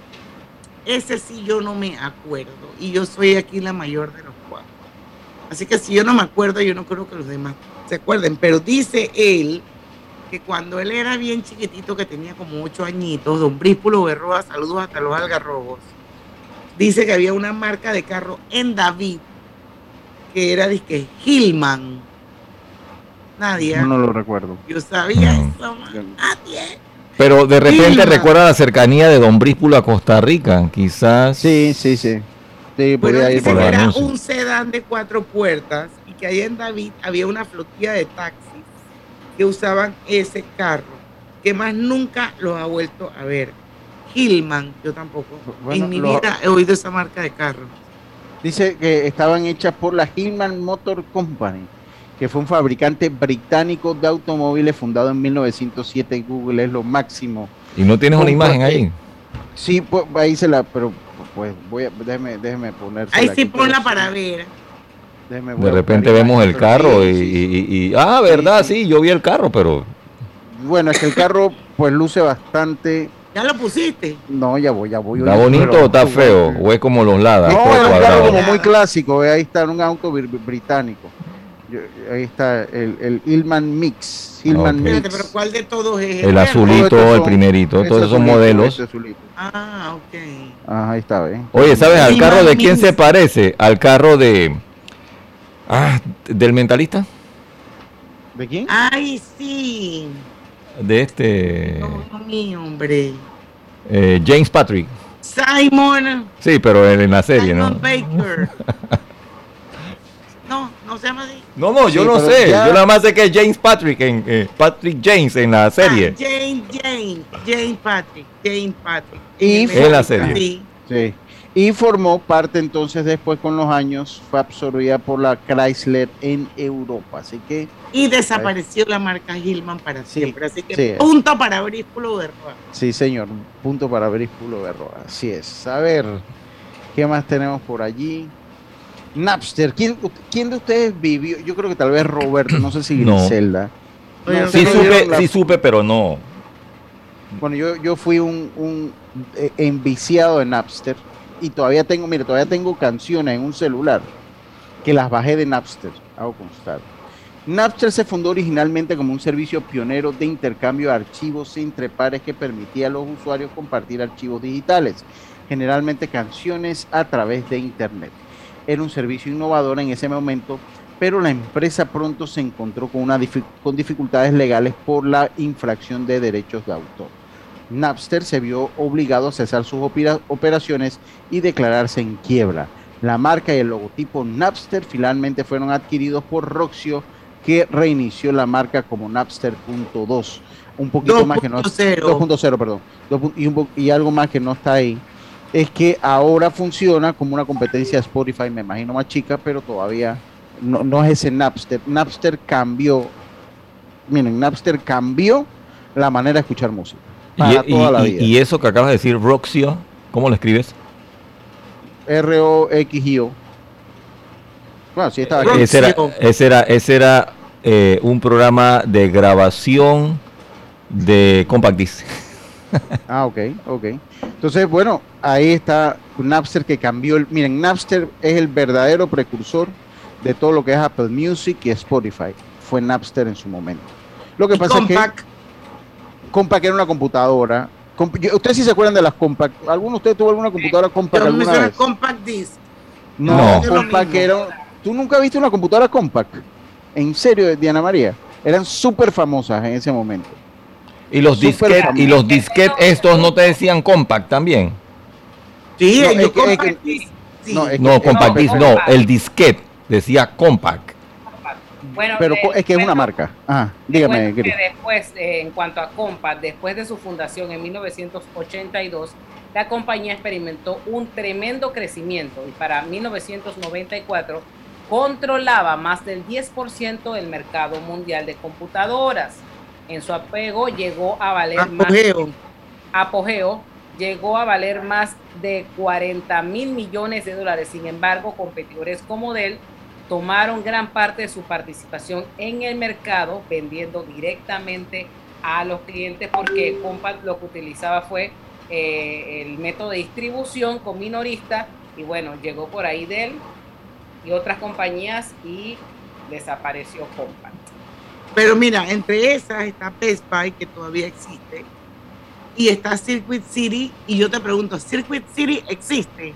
ese sí yo no me acuerdo, y yo soy aquí la mayor de los cuatro. Así que si yo no me acuerdo, yo no creo que los demás se acuerden, pero dice él que cuando él era bien chiquitito, que tenía como ocho añitos, don Bríspulo Berroa, saludos hasta los algarrobos, dice que había una marca de carro en David, que era disque Hillman. Nadie. No, no lo recuerdo. Yo sabía no. eso, nadie. Pero de repente Hillman. Recuerda la cercanía de don Bríspulo a Costa Rica, quizás. Sí, sí, sí. Sí, podría ir por que era un sedán de cuatro puertas y que ahí en David había una flotilla de taxis que usaban ese carro, que más nunca los ha vuelto a ver. Hillman, yo tampoco. Bueno, en mi lo, vida he oído esa marca de carros. Dice que estaban hechas por la Hillman Motor Company, que fue un fabricante británico de automóviles fundado en mil novecientos siete. Google es lo máximo. ¿Y no tienes una imagen ahí? Sí, pues ahí se la, pero pues voy a, déjeme, déjeme poner. Ahí sí ponla para ver. De repente vemos el carro y, y, y, y ah, verdad, sí, sí, yo vi el carro, pero bueno, es que el carro pues luce bastante. ¿Ya lo pusiste? No, ya voy, ya voy. ¿Está bonito o está feo? ¿O es como los Lada? No, es un carro como muy clásico, ahí está, un auto británico. Yo- ahí está el, el Hillman Mix. Hillman Ok. Mix. Espérate, pero ¿cuál de todos es? El verde? azulito, Todos estos el son- primerito, ese todos esos azulito, modelos. ese azulito. Ah, ok. Ajá, ahí está, ¿ves? Oye, ¿sabes al Hillman carro de quién Mix. se parece? Al carro de... Ah, del mentalista. ¿De quién? Ay, sí. De este... No, no, mi hombre. eh, James Patrick. Simon. Sí, pero en, en la serie, Simon ¿no? Baker. No, no se llama así. No, no, yo Sí, no pero sé. ya- Yo nada más sé que es James Patrick, en, eh, Patrick James en la serie. Ah, Jane, Jane, Jane Patrick, Jane Patrick. Y En la serie. Sí. Sí. Y formó parte entonces después con los años, fue absorbida por la Chrysler en Europa. Así que Y desapareció la marca Hillman para Sí, siempre. Así que sí. punto para Bríspulo de Roa. sí, señor, punto para Bríspulo Berroa. Así es. A ver, ¿qué más tenemos por allí? Napster. ¿Quién, quién de ustedes vivió? Yo creo que tal vez Roberto, no sé si No. Griselda. Oye, Sí ¿ustedes supe, vieron la- sí supe, pero no. Bueno, yo, yo fui un, un eh, enviciado de Napster y todavía tengo, mire, todavía tengo canciones en un celular que las bajé de Napster, hago constar. Napster se fundó originalmente como un servicio pionero de intercambio de archivos entre pares que permitía a los usuarios compartir archivos digitales, generalmente canciones a través de Internet. Era un servicio innovador en ese momento, pero la empresa pronto se encontró con, una dific- con dificultades legales por la infracción de derechos de autor. Napster se vio obligado a cesar sus opera- operaciones y declararse en quiebra. La marca y el logotipo Napster finalmente fueron adquiridos por Roxio, que reinició la marca como Napster punto dos. Un poquito más que no dos punto cero. dos punto cero, perdón. Dos pu- y, un po- y algo más que no está ahí es que ahora funciona como una competencia de Spotify, me imagino más chica, pero todavía no, no es ese Napster. Napster cambió, miren, Napster cambió la manera de escuchar música para Y, toda la y- vida. y eso que acabas de decir, Roxio, ¿cómo lo escribes? R O X I O. Bueno, sí estaba aquí. Ese era, ese era, ese era eh, un programa de grabación de Compact Disc. Ah, ok, ok. Entonces, bueno, ahí está Napster que cambió. El, miren, Napster es el verdadero precursor de todo lo que es Apple Music y Spotify. Fue Napster en su momento. Lo que Y pasa Compaq. es que Compaq era una computadora. Comp- yo- Ustedes sí se acuerdan de las Compaq. ¿Alguno de ustedes tuvo alguna computadora Compaq Pero me alguna suena vez? Compact Disc. No, No. Es lo Compaq mismo. era. ¿Tú nunca viste una computadora Compaq? En serio, Diana María. Eran súper famosas en ese momento. Y los Súper disquetes, famoso. y los disquetes estos no te decían Compact también. Sí, No, yo es que- es Compact que- Disc. Sí. no, es que- No, Compact no, Disc no, Compact. el disquete decía Compact. Bueno, Pero eh, co- es que es una bueno, marca. Ajá, te dígame, cuento que Gris. después, eh, en cuanto a Compaq, después de su fundación en mil novecientos ochenta y dos, la compañía experimentó un tremendo crecimiento y para mil novecientos noventa y cuatro controlaba más del diez por ciento del mercado mundial de computadoras. En su apogeo llegó a valer Apogeo. más apogeo llegó a valer más de cuarenta mil millones de dólares. Sin embargo, competidores como Dell tomaron gran parte de su participación en el mercado, vendiendo directamente a los clientes, porque Compaq lo que utilizaba fue eh, el método de distribución con minorista, y bueno, llegó por ahí Dell y otras compañías y desapareció Compaq. Pero mira, entre esas está Best Buy, que todavía existe, y está Circuit City, y yo te pregunto, ¿Circuit City existe?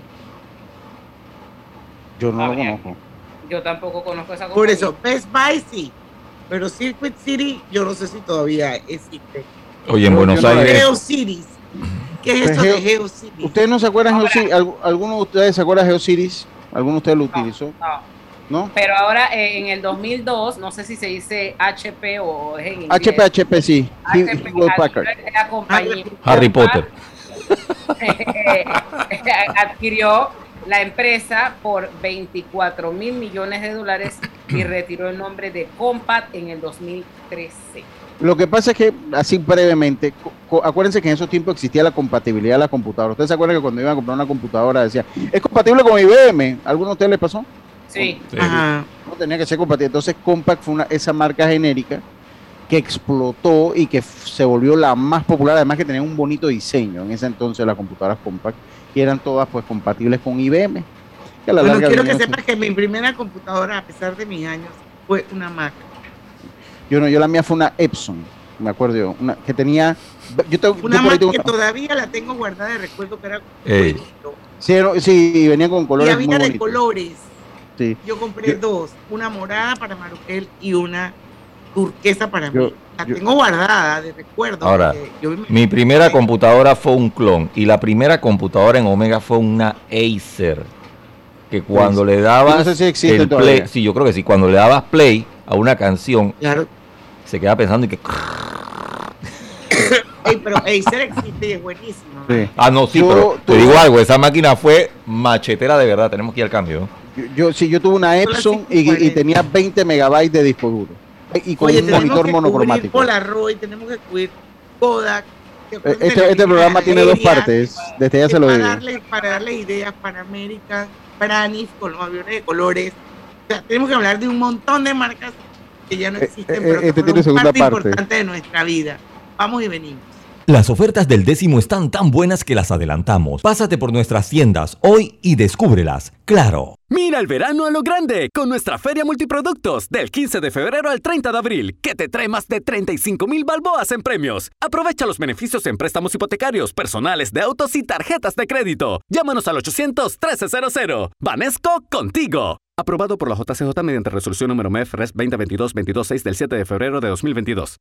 Yo no Ah, lo bien. conozco. Yo tampoco conozco esa compañía. Por eso, Best Buy sí, pero Circuit City yo no sé si todavía existe. Oye, en Yo- Buenos yo no la Aires. GeoCities. ¿Qué es Pues eso de Geo- GeoCities? ¿Ustedes no se acuerdan de Ahora- GeoCities? ¿Algu- ¿Alguno de ustedes se acuerda de GeoCities? ¿Alguno de ustedes lo utilizó? No. ¿No? Pero ahora eh, en el dos mil dos, no sé si se dice H P o es en inglés. H P, H P, sí. H P, Hewlett Packard. la compañía Harry Potter. eh, adquirió la empresa por veinticuatro mil millones de dólares y retiró el nombre de Compaq en el dos mil trece. Lo que pasa es que, así brevemente, co- co- acuérdense que en esos tiempos existía la compatibilidad de la computadora. ¿Ustedes se acuerdan que cuando iban a comprar una computadora decía, es compatible con I B M? ¿Alguno de ustedes le pasó? Sí. Ajá. No tenía que ser compatible. Entonces Compaq fue una, esa marca genérica que explotó y que f- se volvió la más popular, además que tenía un bonito diseño en ese entonces las computadoras Compaq, y eran todas pues compatibles con I B M. Que a la Bueno, larga quiero que vinieron sepas que mi primera computadora, a pesar de mis años, fue una Mac. Yo no, yo la mía fue una Epson, me acuerdo yo, una que tenía... Yo tengo, una yo Mac tengo, que todavía la tengo guardada de recuerdo que era... Ey. Sí, no, sí, venía con colores y había muy de bonitos. colores. Sí. Yo compré yo, dos, una morada para Maruquel y una turquesa para yo, mí. La yo, tengo guardada de recuerdo. Ahora, yo me... mi primera computadora fue un clon y la primera computadora en Omega fue una Acer. Que cuando sí, le dabas no sé si existe el play, sí, yo creo que sí, cuando le dabas play a una canción, claro, se queda pensando y que... Ey, pero Acer existe y es buenísimo. Sí. Ah, no, sí, yo, pero tú, te digo algo, esa máquina fue machetera de verdad, tenemos que ir al cambio. Yo, yo sí, yo tuve una Epson y, y tenía veinte megabytes de disco duro. Y con Oye, un monitor monocromático. Polaroid, tenemos que cubrir Kodak. Este, este programa tiene dos partes, desde ya se lo digo. Darle, para darle ideas para América, para Anif, con los aviones de colores. O sea, tenemos que hablar de un montón de marcas que ya no existen, eh, pero que este tiene segunda parte, parte importante de nuestra vida. Vamos y venimos. Las ofertas del décimo están tan buenas que las adelantamos. Pásate por nuestras tiendas hoy y descúbrelas. ¡Claro! Mira el verano a lo grande con nuestra Feria Multiproductos del quince de febrero al treinta de abril, que te trae más de treinta y cinco mil balboas en premios. Aprovecha los beneficios en préstamos hipotecarios, personales, de autos y tarjetas de crédito. Llámanos al ochocientos trece cero cero. Banesco, contigo. Aprobado por la J C J mediante resolución número M E F Res veinte veintidós veintidós seis del siete de febrero de dos mil veintidós.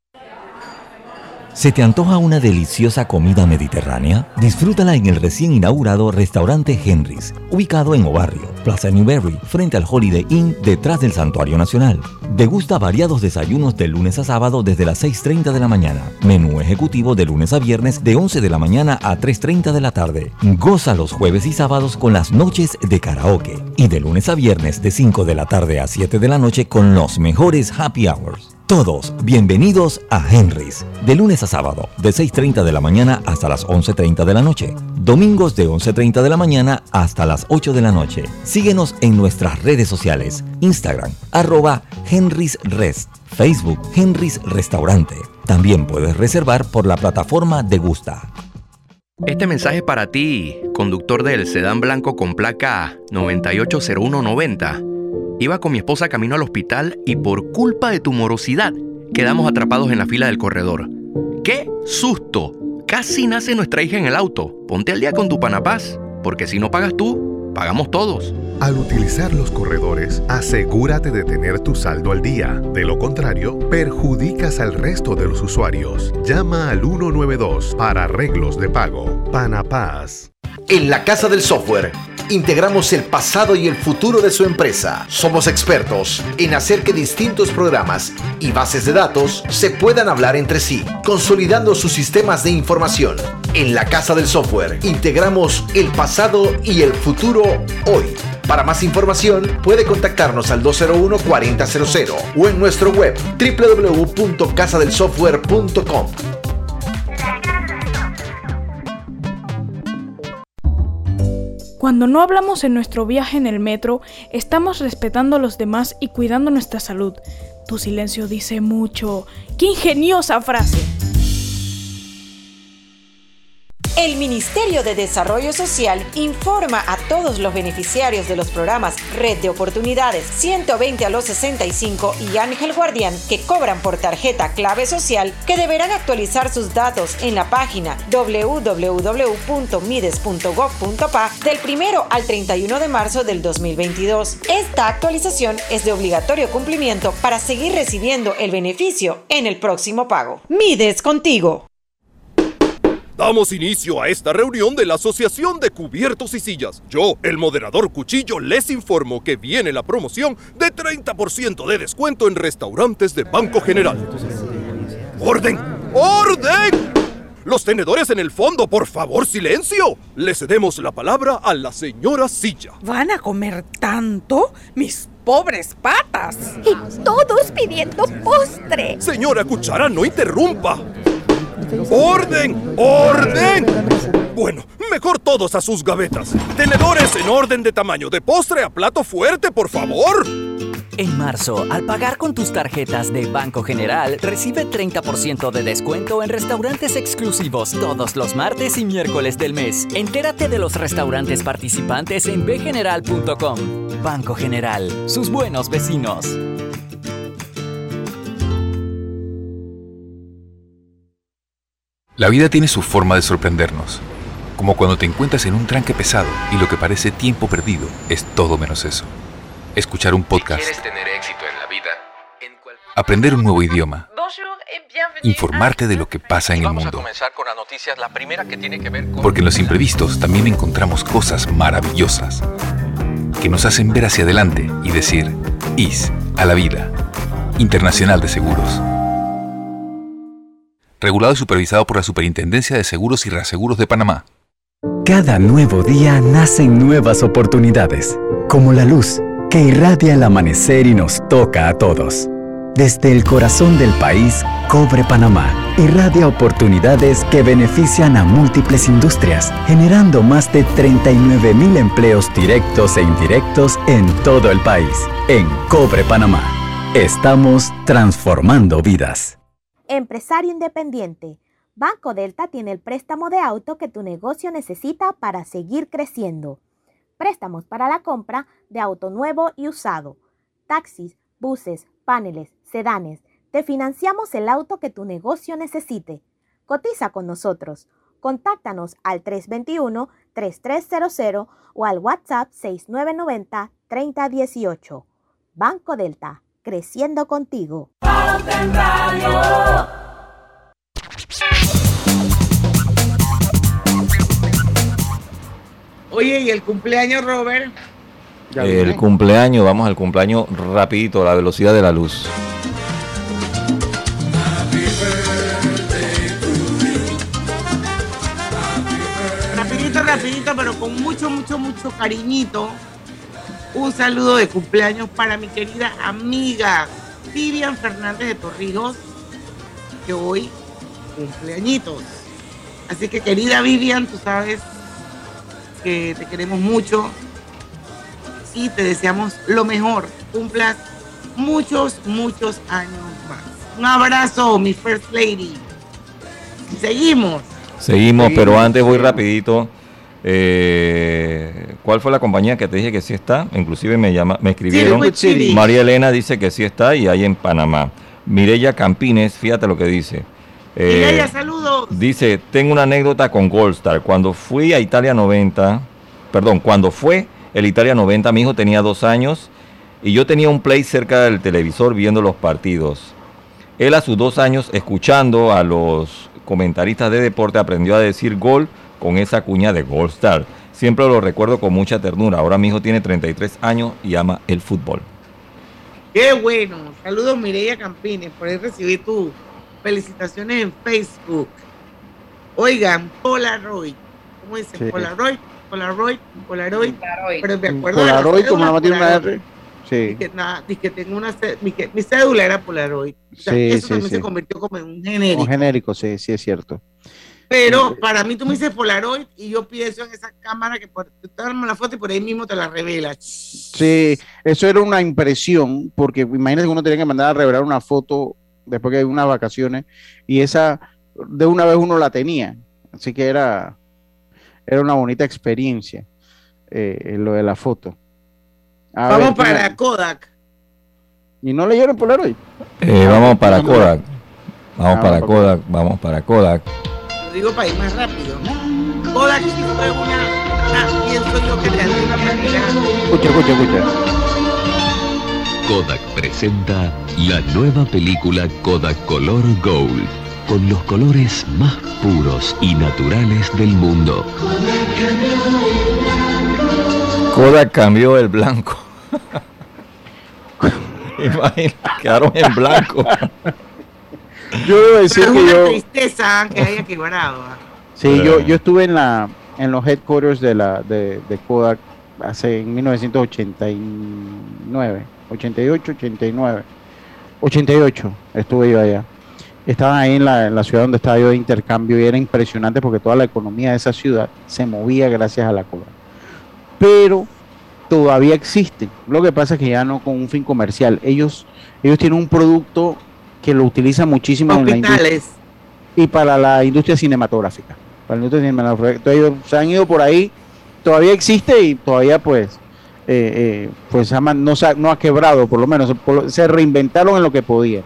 ¿Se te antoja una deliciosa comida mediterránea? Disfrútala en el recién inaugurado restaurante Henry's, ubicado en Obarrio, Plaza Newberry, frente al Holiday Inn, detrás del Santuario Nacional. Degusta variados desayunos de lunes a sábado desde las seis treinta de la mañana. Menú ejecutivo de lunes a viernes de once de la mañana a tres treinta de la tarde. Goza los jueves y sábados con las noches de karaoke. Y de lunes a viernes de cinco de la tarde a siete de la noche con los mejores happy hours. Todos bienvenidos a Henry's, de lunes a sábado, de seis treinta de la mañana hasta las once treinta de la noche. Domingos de once treinta de la mañana hasta las ocho de la noche. Síguenos en nuestras redes sociales, Instagram, arroba Henry's Rest, Facebook, Henry's Restaurante. También puedes reservar por la plataforma Degusta. Este mensaje es para ti, conductor del sedán blanco con placa noventa y ocho cero uno noventa. Iba con mi esposa camino al hospital y por culpa de tu morosidad quedamos atrapados en la fila del corredor. ¡Qué susto! Casi nace nuestra hija en el auto. Ponte al día con tu Panapaz, porque si no pagas tú, pagamos todos. Al utilizar los corredores, asegúrate de tener tu saldo al día. De lo contrario, perjudicas al resto de los usuarios. Llama al ciento noventa y dos para arreglos de pago. Panapaz. En la Casa del Software, integramos el pasado y el futuro de su empresa. Somos expertos en hacer que distintos programas y bases de datos se puedan hablar entre sí, consolidando sus sistemas de información. En la Casa del Software, integramos el pasado y el futuro hoy. Para más información, puede contactarnos al dos cero uno, cuatro cero cero cero o en nuestro web doble u doble u doble u punto casa del software punto com. Cuando no hablamos en nuestro viaje en el metro, estamos respetando a los demás y cuidando nuestra salud. Tu silencio dice mucho. ¡Qué ingeniosa frase! El Ministerio de Desarrollo Social informa a todos los beneficiarios de los programas Red de Oportunidades, ciento veinte a los sesenta y cinco y Ángel Guardián que cobran por tarjeta clave social que deberán actualizar sus datos en la página doble u doble u doble u punto mides punto gov punto pa del primero al treinta y uno de marzo del dos mil veintidós. Esta actualización es de obligatorio cumplimiento para seguir recibiendo el beneficio en el próximo pago. Mides contigo. Damos inicio a esta reunión de la Asociación de Cubiertos y Sillas. Yo, el moderador Cuchillo, les informo que viene la promoción de treinta por ciento de descuento en restaurantes de Banco General. ¡Orden! ¡Orden! Los tenedores en el fondo, por favor, silencio. Le cedemos la palabra a la señora Silla. ¿Van a comer tanto? ¡Mis pobres patas! Y todos pidiendo postre. Señora Cuchara, no interrumpa. ¡Orden! ¡Orden! Bueno, mejor todos a sus gavetas. Tenedores en orden de tamaño, de postre a plato fuerte, por favor. En marzo, al pagar con tus tarjetas de Banco General, recibe treinta por ciento de descuento en restaurantes exclusivos todos los martes y miércoles del mes. Entérate de los restaurantes participantes en b general punto com. Banco General, sus buenos vecinos. La vida tiene su forma de sorprendernos, como cuando te encuentras en un tranque pesado y lo que parece tiempo perdido es todo menos eso. Escuchar un podcast, Si quieres tener éxito en la vida, aprender un nuevo idioma, informarte de lo que pasa en el vamos a mundo. comenzar con las noticias, la primera que tiene que ver con... Porque en los imprevistos también encontramos cosas maravillosas que nos hacen ver hacia adelante y decir I S a la vida. Internacional de Seguros. Regulado y supervisado por la Superintendencia de Seguros y Reaseguros de Panamá. Cada nuevo día nacen nuevas oportunidades, como la luz que irradia el amanecer y nos toca a todos. Desde el corazón del país, Cobre Panamá irradia oportunidades que benefician a múltiples industrias, generando más de treinta y nueve mil empleos directos e indirectos en todo el país. En Cobre Panamá, estamos transformando vidas. Empresario independiente. Banco Delta tiene el préstamo de auto que tu negocio necesita para seguir creciendo. Préstamos para la compra de auto nuevo y usado. Taxis, buses, paneles, sedanes. Te financiamos el auto que tu negocio necesite. Cotiza con nosotros. Contáctanos al tres dos uno, tres tres cero cero o al WhatsApp seis nueve nueve cero, tres cero uno ocho. Banco Delta, creciendo contigo. Oye, ¿y el cumpleaños, Robert? El cumpleaños, vamos al cumpleaños rapidito, a la velocidad de la luz. Rapidito, rapidito, pero con mucho, mucho, mucho cariñito. Un saludo de cumpleaños para mi querida amiga Vivian Fernández de Torrijos, que hoy cumpleañitos. Así que, querida Vivian, tú sabes que te queremos mucho y te deseamos lo mejor. Cumplas muchos, muchos años más. Un abrazo, mi First Lady. Seguimos. Seguimos, pero antes voy rapidito. Eh, ¿Cuál fue la compañía que te dije que sí está? Inclusive me llama, me escribieron. City. María Elena dice que sí está y hay en Panamá. Mireya Campines, fíjate lo que dice. Eh, Mireya, saludos. Dice, tengo una anécdota con Goldstar. Cuando fui a Italia noventa, perdón, cuando fue el Italia noventa, mi hijo tenía dos años y yo tenía un play cerca del televisor viendo los partidos. Él a sus dos años, escuchando a los comentaristas de deporte, aprendió a decir gol con esa cuña de Goldstar. Siempre lo recuerdo con mucha ternura. Ahora mi hijo tiene treinta y tres años y ama el fútbol. Qué bueno. Saludos, Mireya Campines, por ahí recibí tus felicitaciones en Facebook. Oigan, Polaroid. ¿Cómo dicen? Sí. Polaroid, Polaroid, Polaroid. Polaroid. Pero me acuerdo Polaroid, de la como cédula no tiene una Polaroid. R. Sí. Dije, nada, dije, tengo una cé- mi, que- mi cédula era Polaroid. O sea, Sí, eso sí, también sí. se convirtió como en un genérico. Un genérico, sí, sí es cierto. Pero para mí tú me dices Polaroid y yo pienso en esa cámara que por, te toman la foto y por ahí mismo te la revela. Sí, eso era una impresión, porque imagínate que uno tenía que mandar a revelar una foto después que hay unas vacaciones, y esa de una vez uno la tenía. Así que era, era una bonita experiencia, eh, lo de la foto. A Vamos ver, para ¿no? Kodak. ¿Y no leyeron Polaroid? Eh, vamos para Kodak. Vamos Ah, para para Kodak, vamos para Kodak. Lo digo para ir más rápido. Kodak sí fue una, una pienso yo que de alguna manera. Escucha, escucha, escucha. Kodak presenta la nueva película Kodak Color Gold, con los colores más puros y naturales del mundo. Kodak cambió el blanco. Imagínate, quedaron en blanco. Yo debo decir Pero es que una yo, tristeza que haya quebrado. ¿ah? sí, yo, yo estuve en la, en los headquarters de la, de, de Kodak hace en mil novecientos ochenta y nueve, ochenta y ocho, ochenta y nueve, ochenta y ocho estuve yo allá. Estaban ahí en la, en la ciudad donde estaba yo de intercambio y era impresionante porque toda la economía de esa ciudad se movía gracias a la Kodak. Pero todavía existen. Lo que pasa es que ya no con un fin comercial. Ellos, ellos tienen un producto que lo utilizan muchísimo en la industria Hospitales. y para la industria cinematográfica. Para la industria cinematográfica. Entonces, ellos se han ido por ahí, todavía existe y todavía pues eh, eh, pues ama- no, se ha, no ha quebrado, por lo menos por lo- se reinventaron en lo que podían.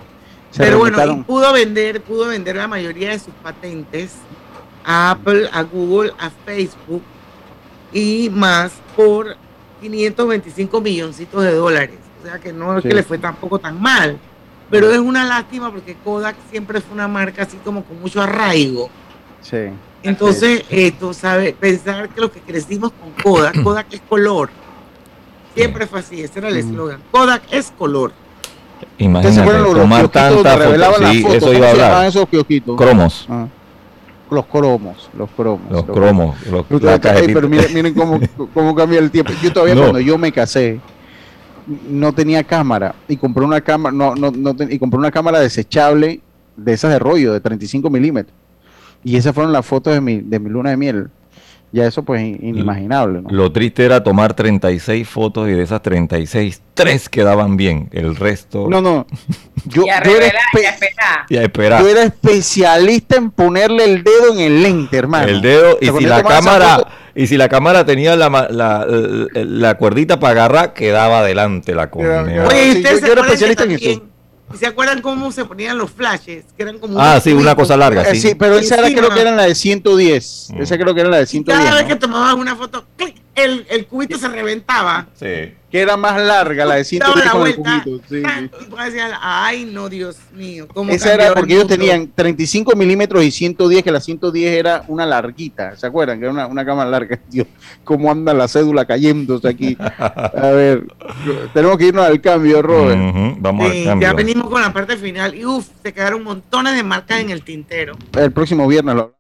Se Pero bueno, remitaron. y pudo vender, pudo vender la mayoría de sus patentes a Apple, a Google, a Facebook y más por quinientos veinticinco milloncitos de dólares. O sea que no es Sí. que le fue tampoco tan mal. Pero es una lástima porque Kodak siempre fue una marca así como con mucho arraigo. Sí. Entonces, esto, ¿sabe? Pensar que lo que crecimos con Kodak, Kodak es color. Siempre fue así, ese era el eslogan. Kodak es color. Imagínate, fueron los- los tomar kiosquitos donde tantas revelaban fotos. las Sí, fotos. eso ¿Cómo iba a se llamaban hablar. esos kiosquitos? Cromos. Ah, los cromos, los cromos. Los cromos, los- Pero, la ey, cajetita. pero miren, miren cómo, cómo cambia el tiempo. Yo todavía No. cuando yo me casé no tenía cámara y compré una cámara, no, no, no ten- y compré una cámara desechable de esas de rollo de treinta y cinco milímetros. Y esas fueron las fotos de mi, de mi luna de miel. Ya eso pues in- inimaginable, ¿no? Lo triste era tomar treinta y seis fotos y de esas treinta y seis, tres quedaban bien. El resto. No, no. Yo, Y a yo era revelar, y a espe- esperar. Y a esperar. yo era especialista en ponerle el dedo en el lente, hermano. El dedo, y O sea, si cuando la yo tomaba esa cámara, foto- y si la cámara tenía la, ma- la, la, la cuerdita para agarrar, quedaba adelante la coña. Oye, sí, ¿ustedes yo- se yo era acuerdan que especialista en también- eso. ¿Se acuerdan cómo se ponían los flashes? Que eran como Ah, unos sí, una tubitos. cosa larga, Eh, sí. sí, pero esa era, Encima. creo que era la de ciento diez. Mm. Esa creo que era la de Y ciento cada diez. vez ¿no? que tomabas una foto, ¡clic! el, el cubito se reventaba. Sí. Que era más larga, la de ciento Daba diez la con el vuelta. cubito. Sí, sí. Y tú decías, ay, no, Dios mío. ¿cómo Esa cambió era el porque ellos mundo? tenían treinta y cinco milímetros y ciento diez, que la ciento diez era una larguita. ¿Se acuerdan? Que era una, una cámara larga. Dios, cómo anda la cédula cayéndose aquí. A ver, tenemos que irnos al cambio, Robert. Ujú, vamos Sí, al cambio. ya venimos con la parte final y uff, se quedaron montones de marcas en el tintero. El próximo viernes lo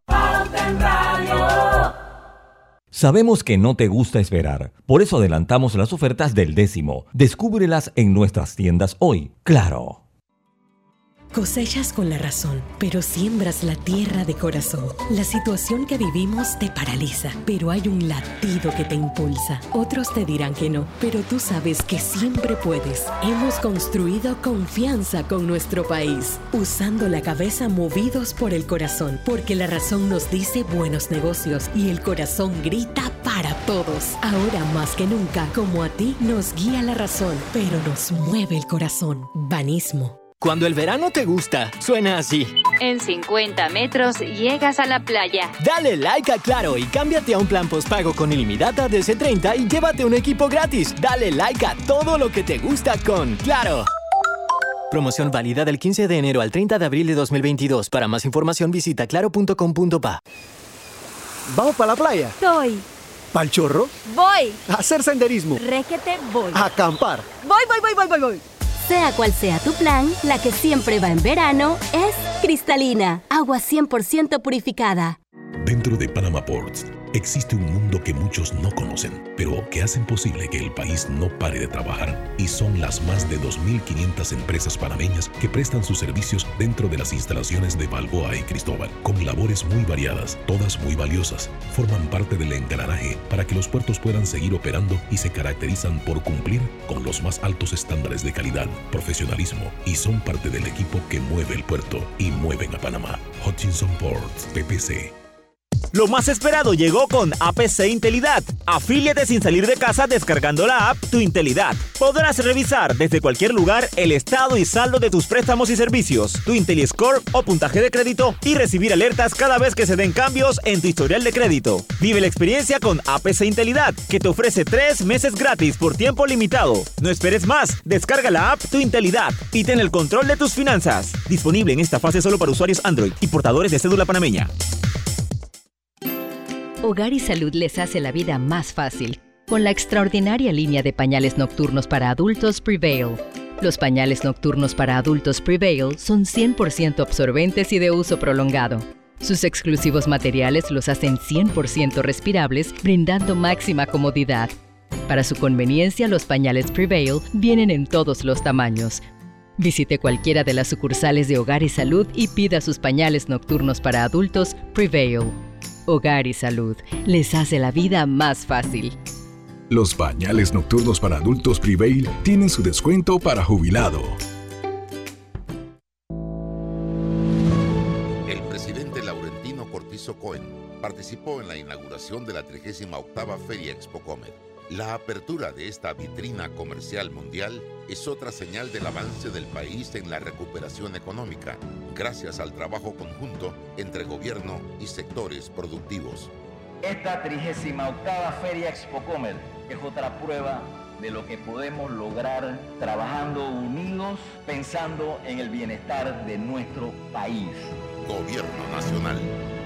Sabemos que no te gusta esperar, por eso adelantamos las ofertas del décimo. Descúbrelas en nuestras tiendas hoy. Claro. Cosechas con la razón, pero siembras la tierra de corazón. La situación que vivimos te paraliza, pero hay un latido que te impulsa. Otros te dirán que no, pero tú sabes que siempre puedes. Hemos construido confianza con nuestro país, usando la cabeza movidos por el corazón, porque la razón nos dice buenos negocios y el corazón grita para todos. Ahora más que nunca, como a ti, nos guía la razón, pero nos mueve el corazón. Banismo. Cuando el verano te gusta, suena así. En cincuenta metros llegas a la playa. Dale like a Claro y cámbiate a un plan postpago con ilimitada de C treinta y llévate un equipo gratis. Dale like a todo lo que te gusta con Claro. Promoción válida del quince de enero al treinta de abril de dos mil veintidós. Para más información visita claro punto com punto pa. ¿Vamos para la playa? Soy. ¿Pa'l chorro? Voy. ¿A hacer senderismo? Requete voy. ¿A acampar? Voy, voy, voy, voy, voy, voy. Sea cual sea tu plan, la que siempre va en verano es cristalina, agua cien por ciento purificada. Dentro de Panama Ports existe un mundo que muchos no conocen, pero que hacen posible que el país no pare de trabajar, y son las más de dos mil quinientas empresas panameñas que prestan sus servicios dentro de las instalaciones de Balboa y Cristóbal, con labores muy variadas, todas muy valiosas. Forman parte del engranaje para que los puertos puedan seguir operando y se caracterizan por cumplir con los más altos estándares de calidad, profesionalismo, y son parte del equipo que mueve el puerto y mueven a Panamá. Hutchinson Ports, P P C. Lo más esperado llegó con A P C Intelidad. Afíliate sin salir de casa descargando la app Tu Intelidad. Podrás revisar desde cualquier lugar el estado y saldo de tus préstamos y servicios, tu IntelliScore o puntaje de crédito, y recibir alertas cada vez que se den cambios en tu historial de crédito. Vive la experiencia con A P C Intelidad, que te ofrece tres meses gratis por tiempo limitado. No esperes más, descarga la app Tu Intelidad y ten el control de tus finanzas. Disponible en esta fase solo para usuarios Android y portadores de cédula panameña. Hogar y Salud les hace la vida más fácil con la extraordinaria línea de pañales nocturnos para adultos Prevail. Los pañales nocturnos para adultos Prevail son cien por ciento absorbentes y de uso prolongado. Sus exclusivos materiales los hacen cien por ciento respirables, brindando máxima comodidad. Para su conveniencia, los pañales Prevail vienen en todos los tamaños. Visite cualquiera de las sucursales de Hogar y Salud y pida sus pañales nocturnos para adultos Prevail. Hogar y Salud les hace la vida más fácil. Los pañales nocturnos para adultos Prevail tienen su descuento para jubilado. El presidente Laurentino Cortizo Cohen participó en la inauguración de la trigésima octava Feria Expo Comer. La apertura de esta vitrina comercial mundial es otra señal del avance del país en la recuperación económica, gracias al trabajo conjunto entre gobierno y sectores productivos. Esta trigésima octava Feria Expocomer es otra prueba de lo que podemos lograr trabajando unidos, pensando en el bienestar de nuestro país. Gobierno Nacional.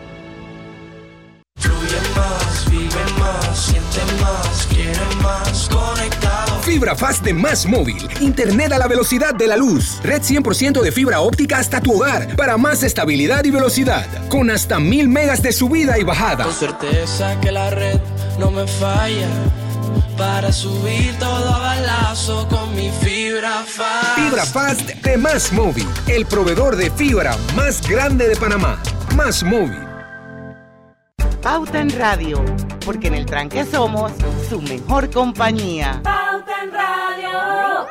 Fluye más, vive más, siente más, quiere más, conectado. Fibra Fast de Más Móvil. Internet a la velocidad de la luz. Red cien por ciento de fibra óptica hasta tu hogar para más estabilidad y velocidad. Con hasta mil megas de subida y bajada. Con certeza que la red no me falla. Para subir todo a balazo con mi Fibra Fast. Fibra Fast de Más Móvil. El proveedor de fibra más grande de Panamá. Más Móvil. Pauta en Radio, porque en el tranque somos su mejor compañía. Pauta en Radio.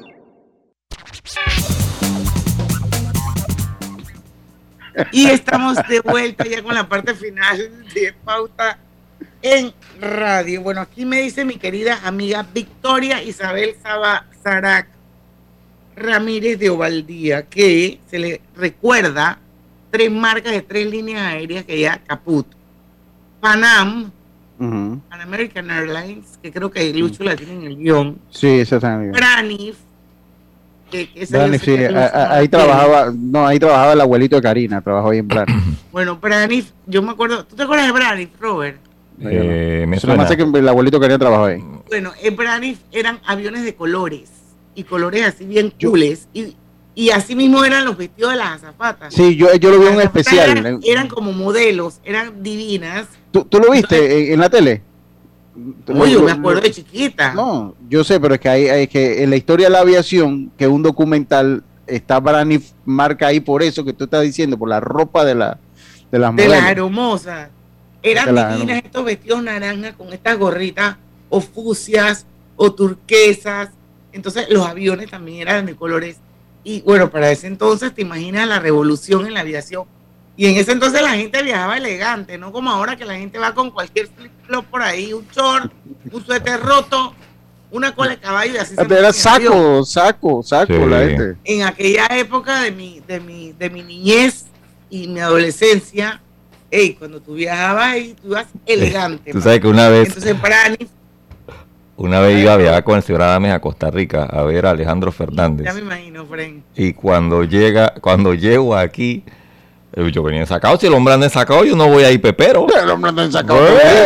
Y estamos de vuelta ya con la parte final de Pauta en Radio. Bueno, aquí me dice mi querida amiga Victoria Isabel Saba Sarac Ramírez de Ovaldía que se le recuerda tres marcas de tres líneas aéreas que ya caput. Panam, uh-huh. Pan American Airlines, que creo que Lucho uh-huh. la tiene en el guión. Sí, esa está en el guión. Braniff, que, que Braniff, sí, a, ahí trabajaba, no, ahí trabajaba el abuelito de Karina, trabajó ahí en Braniff. Bueno, Braniff, yo me acuerdo, ¿tú te acuerdas de Braniff, Robert? Eh, me suena. Más sé que el abuelito de Karina trabajó ahí. Bueno, en Braniff eran aviones de colores, y colores así bien cooles, y Y así mismo eran los vestidos de las azafatas. Sí, yo, yo lo vi en un especial. Eran, eran como modelos, eran divinas. ¿Tú, tú lo viste Entonces, en, en la tele? Uy, yo me acuerdo de chiquita. No, yo sé, pero es que hay, hay que en la historia de la aviación, que es un documental, está Braniff marca ahí por eso que tú estás diciendo, por la ropa de la de las de las hermosas. Eran de divinas la, estos vestidos naranjas con estas gorritas o fucsias o turquesas. Entonces los aviones también eran de colores. Y bueno, para ese entonces te imaginas la revolución en la aviación. Y en ese entonces la gente viajaba elegante, no como ahora que la gente va con cualquier flip-flop por ahí, un short, un suéter roto, una cola de caballo y así se Era saco, saco, saco, sí. La gente. En aquella época de mi, de mi, de mi niñez y mi adolescencia, hey, cuando tú viajabas ahí, tú ibas elegante. Tú sabes que una vez... Entonces, Braniff, Una vez iba a viajar con el señor Adames a Costa Rica a ver a Alejandro Fernández. Ya me imagino, Fren. Y cuando llega, cuando llego aquí, yo venía ensacado. Si el hombre anda ensacado, yo no voy a ir pepero. El hombre anda ensacado.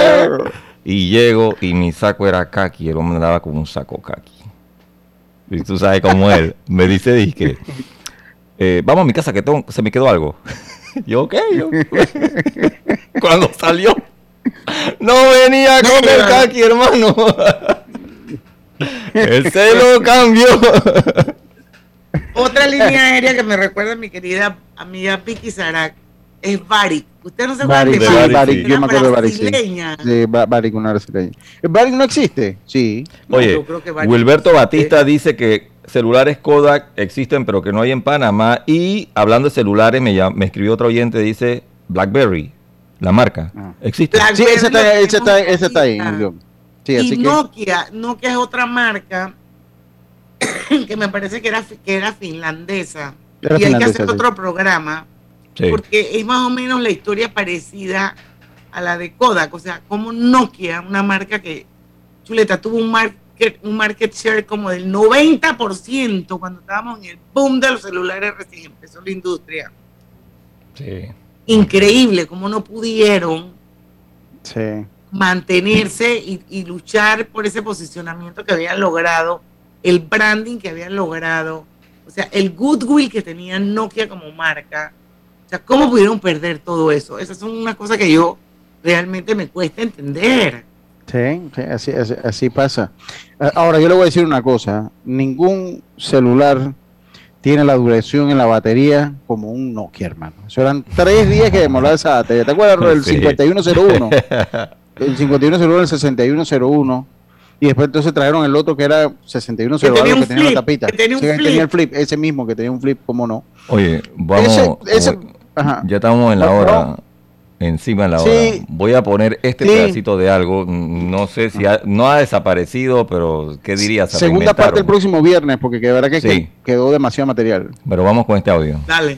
Y llego y mi saco era kaki. El hombre andaba como un saco kaki. Y tú sabes cómo él me dice, dije, eh, vamos a mi casa que tengo, se me quedó algo. Yo, ok. Yo. Cuando salió, no venía con el kaki, hermano. Él se lo cambió. Otra línea aérea que me recuerda a mi querida amiga Vicky Sarac es Varig. ¿Usted no se acuerda de Varig? Varig, yo me acuerdo de Varig. Sí, Varig, una brasileña. ¿Varig no existe? Sí. Oye, no, Wilberto Batista dice que celulares Kodak existen, pero que no hay en Panamá. Y hablando de celulares, me, llama, me escribió otro oyente, dice BlackBerry, la marca. Ah. ¿Existe? Sí, esa está, esa está, esa está ahí. Sí, y así Nokia, que... Nokia es otra marca que me parece que era, que era finlandesa. Era y hay que hacer sí. otro programa, sí. porque es más o menos la historia parecida a la de Kodak. O sea, como Nokia, una marca que, chuleta, tuvo un market, un market share como del noventa por ciento cuando estábamos en el boom de los celulares recién empezó la industria. Sí. Increíble, como no pudieron sí. mantenerse y, y luchar por ese posicionamiento que habían logrado, el branding que habían logrado, o sea, el goodwill que tenía Nokia como marca. O sea, ¿cómo pudieron perder todo eso? Esas son unas cosas que yo realmente me cuesta entender. Sí, sí así, así, así pasa. Ahora, yo le voy a decir una cosa. Ningún celular tiene la duración en la batería como un Nokia, hermano. Eso eran tres días que demoraba esa batería. ¿Te acuerdas del sí. cincuenta y uno cero uno? El cincuenta y uno cero uno, el sesenta y uno cero uno. Y después entonces trajeron el otro que era sesenta y uno cero uno, que, que tenía una tapita. Que tenía, un sí, flip. tenía el flip, ese mismo que tenía un flip, ¿cómo no? Oye, vamos, ese, ese, ya estamos en la hora. encima de la Sí. hora. Voy a poner este Sí. pedacito de algo. No sé si ha- no ha desaparecido, pero ¿qué dirías? Se Segunda parte el reinventaron. próximo viernes, porque de verdad que Sí. que- quedó demasiado material. Pero vamos con este audio. Dale.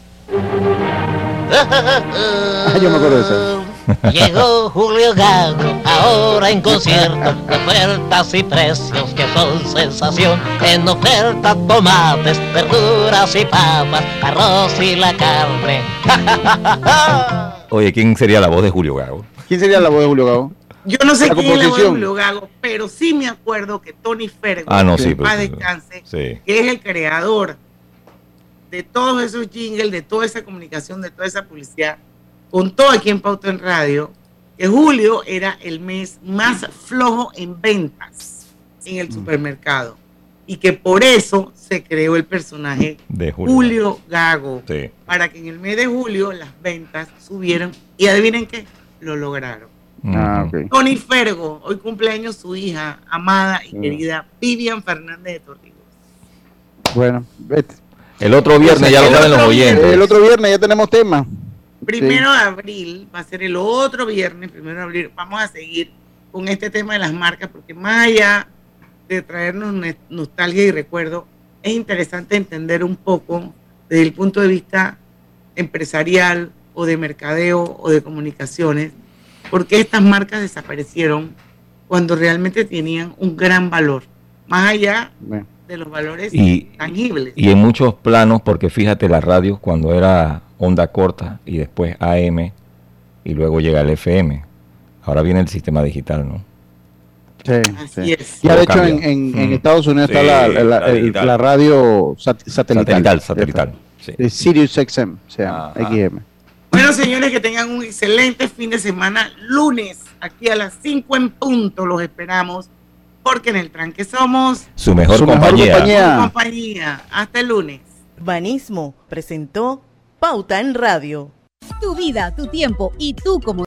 Ah, yo me acuerdo de eso. Llegó Julio Gago, ahora en concierto, de ofertas y precios que son sensación. En oferta tomates, verduras y papas, arroz y la carne. Oye, ¿quién sería la voz de Julio Gago? ¿Quién sería la voz de Julio Gago? Yo no sé La quién es la voz de composición. Julio Gago, pero sí me acuerdo que Tony Fergo, Ah, no, que sí, en paz pero- descanse, Sí. que es el creador de todos esos jingles, de toda esa comunicación, de toda esa publicidad, contó aquí en Pauta en Radio que julio era el mes más flojo en ventas en el supermercado y que por eso se creó el personaje De Julio. Julio Gago, Sí. para que en el mes de julio las ventas subieran y adivinen qué, lo lograron. Ah, ok. Tony Fergo, hoy cumpleaños su hija, amada y Mm. querida Vivian Fernández de Torrijos. Bueno, vete. El otro viernes ya lo El saben los otro oyentes. El otro viernes ya tenemos tema. Primero de abril, va a ser el otro viernes, primero de abril, vamos a seguir con este tema de las marcas, porque más allá de traernos ne- nostalgia y recuerdo, es interesante entender un poco desde el punto de vista empresarial o de mercadeo o de comunicaciones, por qué estas marcas desaparecieron cuando realmente tenían un gran valor, más allá Bueno. de los valores Y- tangibles. Y en muchos planos, porque fíjate, la radio cuando era onda corta y después A M y luego llega el F M. Ahora viene el sistema digital, ¿no? Sí, Así sí. es. Ya de Todo hecho en, cambia. en- en Mm. Estados Unidos Sí, está la, la- la el- digital. la radio sat- satelital. Satelital, satelital. Sí. De Sirius X M, se llama, Ajá. X M. Bueno, señores, que tengan un excelente fin de semana. Lunes, aquí a las cinco en punto, los esperamos, porque en el tranque somos Su mejor Su mejor compañía. compañía. compañía. Hasta el lunes. Urbanismo presentó Pauta en Radio. Tu vida, tu tiempo y tú como